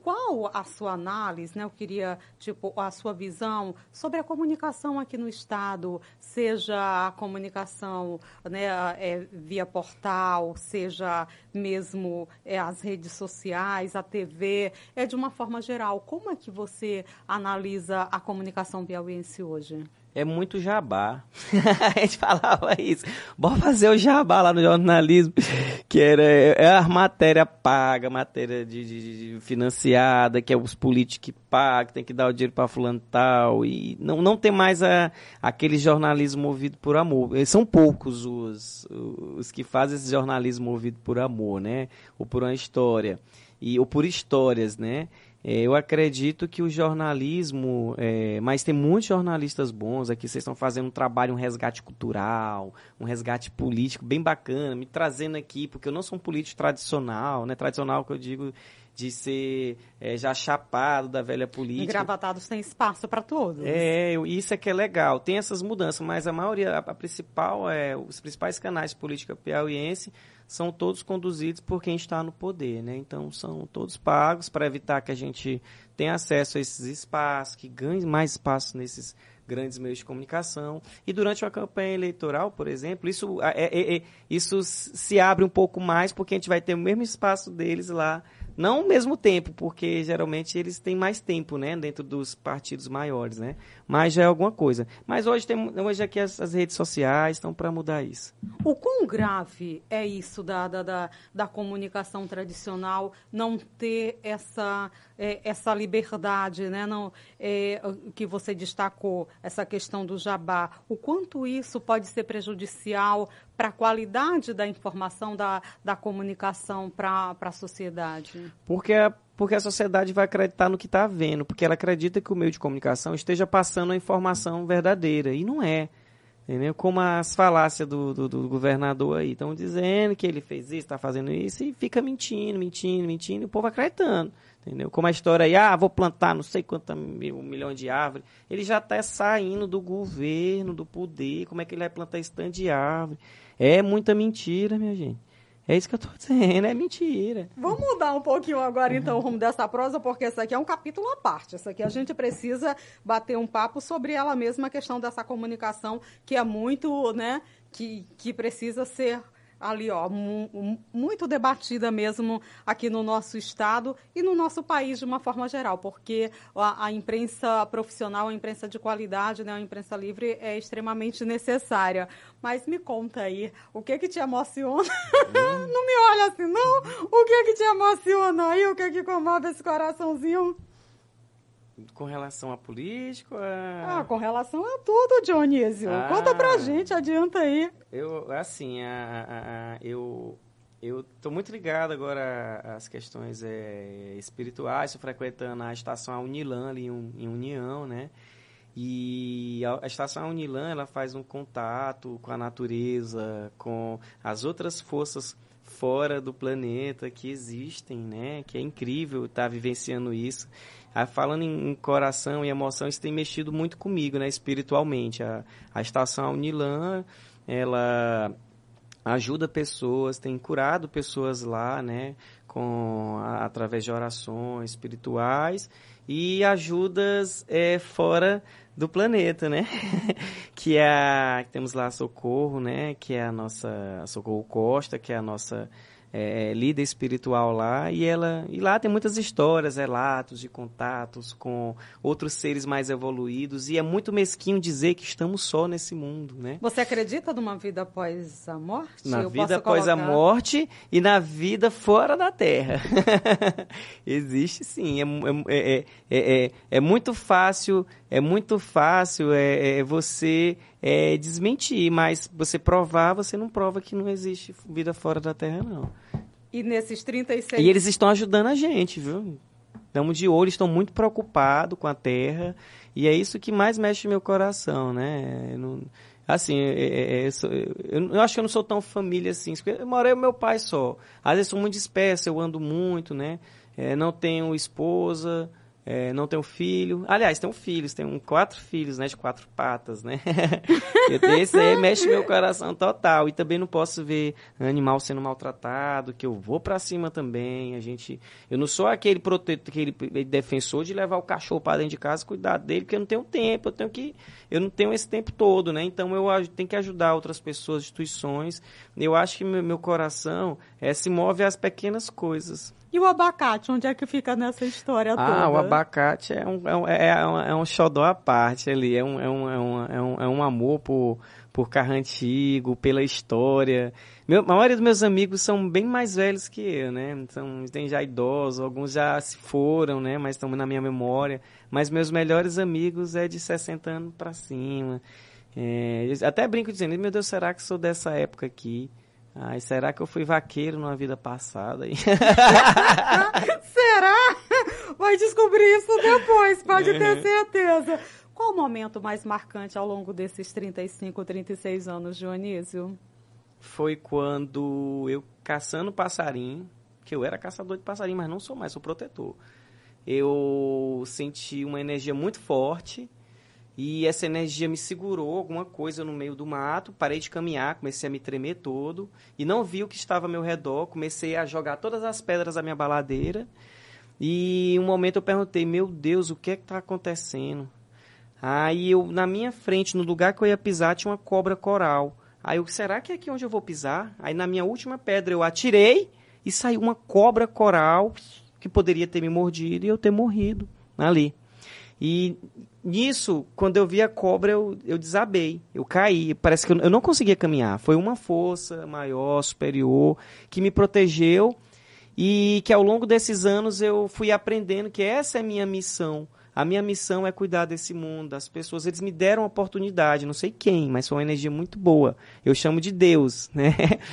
qual a sua análise, né? Eu queria, tipo, a sua visão sobre a comunicação aqui no Estado, seja a comunicação, né, é, via portal, seja mesmo é, as redes sociais, a T V, é de uma forma geral. Como é que você analisa a comunicação piauiense hoje? É muito jabá. A gente falava isso. Bora fazer o jabá lá no jornalismo, que era é a matéria paga, matéria de, de, de financiada, que é os políticos que pagam, tem que dar o dinheiro para fulano tal. E não, não tem mais a, aquele jornalismo movido por amor. São poucos os, os que fazem esse jornalismo movido por amor, né? Ou por uma história. E, ou por histórias, né? Eu acredito que o jornalismo, é, mas tem muitos jornalistas bons aqui, vocês estão fazendo um trabalho, um resgate cultural, um resgate político bem bacana, me trazendo aqui, porque eu não sou um político tradicional, né? Tradicional que eu digo de ser é, já chapado da velha política. Engravatados tem espaço para todos. É, isso é que é legal, tem essas mudanças, mas a maioria, a, a principal, é, os principais canais de política piauiense são todos conduzidos por quem está no poder, né? Então, são todos pagos para evitar que a gente tenha acesso a esses espaços, que ganhe mais espaço nesses grandes meios de comunicação. E durante uma campanha eleitoral, por exemplo, isso, é, é, é, isso se abre um pouco mais, porque a gente vai ter o mesmo espaço deles lá, não ao mesmo tempo, porque geralmente eles têm mais tempo, né, dentro dos partidos maiores, né? Mas já é alguma coisa. Mas hoje, tem, hoje aqui as, as redes sociais estão para mudar isso. O quão grave é isso da, da, da, da comunicação tradicional, não ter essa, é, essa liberdade, né? Não, é, que você destacou, essa questão do jabá. O quanto isso pode ser prejudicial para a qualidade da informação, da, da comunicação para a sociedade? Porque a, porque a sociedade vai acreditar no que está vendo, porque ela acredita que o meio de comunicação esteja passando a informação verdadeira, e não é. Entendeu? Como as falácias do, do, do governador aí, estão dizendo que ele fez isso, está fazendo isso, e fica mentindo, mentindo, mentindo, e o povo acreditando. Entendeu? Como a história aí, ah, vou plantar não sei quantos mil, milhões de árvores. Ele já está saindo do governo, do poder, como é que ele vai plantar esse tanto de árvore? É muita mentira, minha gente. É isso que eu estou dizendo, é mentira. Vamos mudar um pouquinho agora, então, o rumo dessa prosa, porque isso aqui é um capítulo à parte. Isso aqui a gente precisa bater um papo sobre ela mesma, a questão dessa comunicação, que é muito, né, que, que precisa ser ali, ó, mu- muito debatida mesmo aqui no nosso estado e no nosso país de uma forma geral, porque a, a imprensa profissional, a imprensa de qualidade, né, a imprensa livre é extremamente necessária. Mas me conta aí, o que que te emociona? Hum. Não me olha assim, não. O que que te emociona aí? O que que comove esse coraçãozinho? Com relação a político? A... Ah, com relação a tudo, Dionísio. Ah, conta pra gente, adianta aí. Eu, assim, a, a, a, eu eu tô muito ligado agora às questões é, espirituais, estou frequentando a estação Unilan ali em, em União, né? E a, a estação Unilan, ela faz um contato com a natureza, com as outras forças fora do planeta que existem, né? Que é incrível estar vivenciando isso. Ah, falando em, em coração e emoção, isso tem mexido muito comigo, né? Espiritualmente. A, a estação Unilan, ela ajuda pessoas, tem curado pessoas lá, né? Com, a, através de orações espirituais e ajudas é, fora do planeta, né? que é a, temos lá a Socorro, né? Que é a nossa a Socorro Costa, que é a nossa é, líder espiritual lá, e ela e lá tem muitas histórias, relatos de contatos com outros seres mais evoluídos, e é muito mesquinho dizer que estamos só nesse mundo, né? Você acredita numa vida após a morte? Na Eu vida posso após colocar... a morte e na vida fora da Terra. Existe sim, é, é, é, é, é muito fácil, é muito fácil é, é você é, desmentir, mas você provar, você não prova que não existe vida fora da Terra, não. E nesses trinta e seis... E eles estão ajudando a gente, viu? Estamos de olho, estão muito preocupados com a Terra, e é isso que mais mexe no meu coração, né? Não, assim, é, é, eu, eu, eu acho que eu não sou tão família assim, eu morei com meu pai só. Às vezes sou muito disperso, eu ando muito, né? É, não tenho esposa, É, não tenho filho. Aliás, tenho filhos, tenho quatro filhos, né? De quatro patas, né? Esse aí mexe meu coração total. E também não posso ver animal sendo maltratado, que eu vou pra cima também. A gente, eu não sou aquele protetor, aquele defensor de levar o cachorro para dentro de casa e cuidar dele, porque eu não tenho tempo, eu tenho que, eu não tenho esse tempo todo, né? Então eu tenho que ajudar outras pessoas, instituições. Eu acho que meu, meu coração é, se move às pequenas coisas. E o abacate, onde é que fica nessa história toda? Ah, o abacate é um, é um, é um, é um xodó à parte ali, é um, é um, é um, é um, é um amor por, por carro antigo, pela história. Meu, a maioria dos meus amigos são bem mais velhos que eu, né? São, tem já idosos, alguns já se foram, né? Mas estão na minha memória. Mas meus melhores amigos é de sessenta anos pra cima. É, até brinco dizendo, meu Deus, será que sou dessa época aqui? Ai, será que eu fui vaqueiro numa vida passada? Será? Vai descobrir isso depois, pode ter certeza. Qual o momento mais marcante ao longo desses trinta e cinco, trinta e seis anos, Dionísio? Foi quando eu, caçando passarinho, que eu era caçador de passarinho, mas não sou mais, sou protetor. Eu senti uma energia muito forte. E essa energia me segurou alguma coisa no meio do mato, parei de caminhar, comecei a me tremer todo, e não vi o que estava ao meu redor, comecei a jogar todas as pedras da minha baladeira, e um momento eu perguntei, meu Deus, o que é que está acontecendo? Aí eu, na minha frente, no lugar que eu ia pisar, tinha uma cobra coral. Aí eu, será que é aqui onde eu vou pisar? Aí na minha última pedra eu atirei, e saiu uma cobra coral, que poderia ter me mordido, e eu ter morrido ali. E nisso, quando eu vi a cobra, eu, eu desabei, eu caí, parece que eu, eu não conseguia caminhar. Foi uma força maior, superior, que me protegeu e que ao longo desses anos eu fui aprendendo que essa é a minha missão. A minha missão é cuidar desse mundo, das pessoas. Eles me deram a oportunidade, não sei quem, mas foi uma energia muito boa. Eu chamo de Deus, né?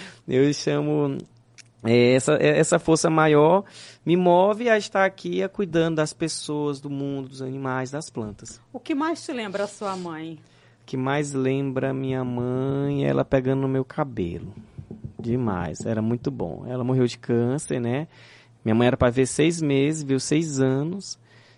Eu chamo... Essa, essa força maior me move a estar aqui a cuidando das pessoas, do mundo, dos animais, das plantas. O que mais te lembra a sua mãe? O que mais lembra minha mãe é ela pegando no meu cabelo. Demais, era muito bom. Ela morreu de câncer, né? Minha mãe era para ver seis meses, viu seis anos.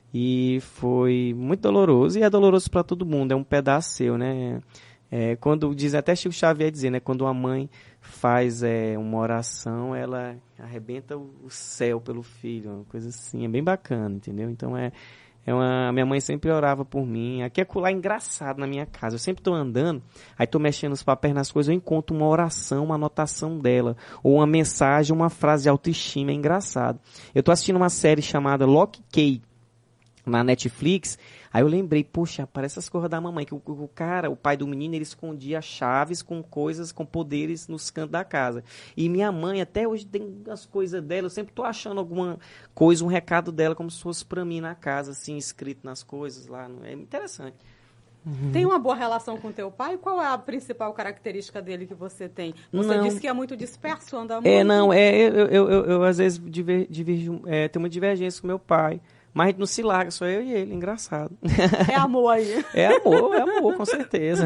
E foi muito doloroso. E é doloroso para todo mundo, é um pedaço seu, né? É, quando diz, até Chico Xavier dizer, né? Quando uma mãe faz é, uma oração, ela arrebenta o, o céu pelo filho, uma coisa assim, é bem bacana, entendeu? Então é, é uma, minha mãe sempre orava por mim. Aqui é colar engraçado na minha casa. Eu sempre estou andando, aí estou mexendo os papéis nas coisas, eu encontro uma oração, uma anotação dela, ou uma mensagem, uma frase de autoestima, é engraçado. Eu estou assistindo uma série chamada Lock Key na Netflix. Aí eu lembrei, poxa, parece as coisas da mamãe, que o, o cara, o pai do menino, ele escondia chaves com coisas, com poderes nos cantos da casa. E minha mãe, até hoje, tem as coisas dela, eu sempre tô achando alguma coisa, um recado dela, como se fosse pra mim na casa, assim, escrito nas coisas lá. É interessante. Uhum. Tem uma boa relação com teu pai? Qual é a principal característica dele que você tem? Você não. disse que é muito disperso, anda muito? É, não, é, eu, eu, eu, eu às vezes diver, divirjo, é, tenho uma divergência com meu pai. Mas a gente não se larga, só eu e ele, engraçado. É amor aí. É amor, é amor, com certeza.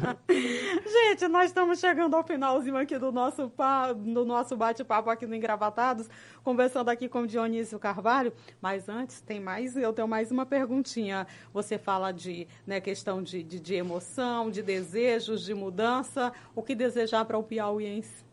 Gente, nós estamos chegando ao finalzinho aqui do nosso, pa... do nosso bate-papo aqui no Engravatados, conversando aqui com o Dionísio Carvalho. Mas antes, tem mais, eu tenho mais uma perguntinha. Você fala de né, questão de, de, de emoção, de desejos, de mudança. O que desejar para o piauiense?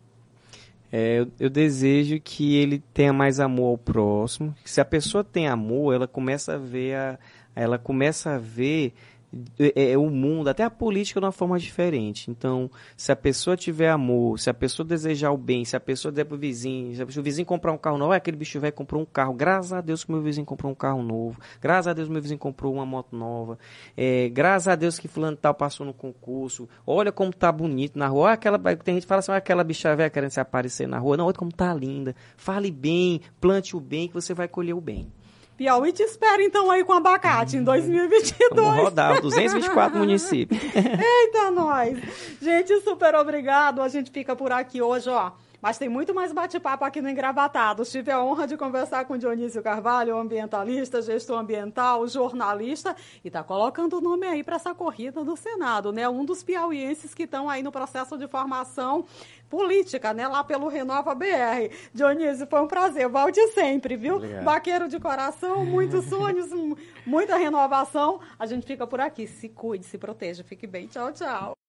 É, eu, eu desejo que ele tenha mais amor ao próximo. Se a pessoa tem amor, ela começa a ver, a, ela começa a ver é, é, o mundo, até a política, de uma forma diferente. Então, se a pessoa tiver amor, se a pessoa desejar o bem, se a pessoa der pro vizinho, se o vizinho comprar um carro novo, é aquele bicho velho comprou um carro, graças a Deus que meu vizinho comprou um carro novo, graças a Deus que meu vizinho comprou uma moto nova, é, graças a Deus que fulano tal passou no concurso, olha como tá bonito na rua, olha aquela, tem gente que fala assim, olha aquela bicha velha querendo se aparecer na rua, não, olha como tá linda, fale bem, plante o bem que você vai colher o bem. Piauí te espera, então, aí com abacate em dois mil e vinte e dois. Vamos rodar, duzentos e vinte e quatro municípios. Eita, nós! Gente, super obrigado. A gente fica por aqui hoje, ó. Mas tem muito mais bate-papo aqui no Engravatados. Tive a honra de conversar com Dionísio Carvalho, ambientalista, gestor ambiental, jornalista, e está colocando o nome aí para essa corrida do Senado, né? Um dos piauienses que estão aí no processo de formação política, né? Lá pelo Renova B R. Dionísio, foi um prazer. Volte sempre, viu? Obrigado. Vaqueiro de coração, muitos sonhos, muita renovação. A gente fica por aqui. Se cuide, se proteja. Fique bem. Tchau, tchau.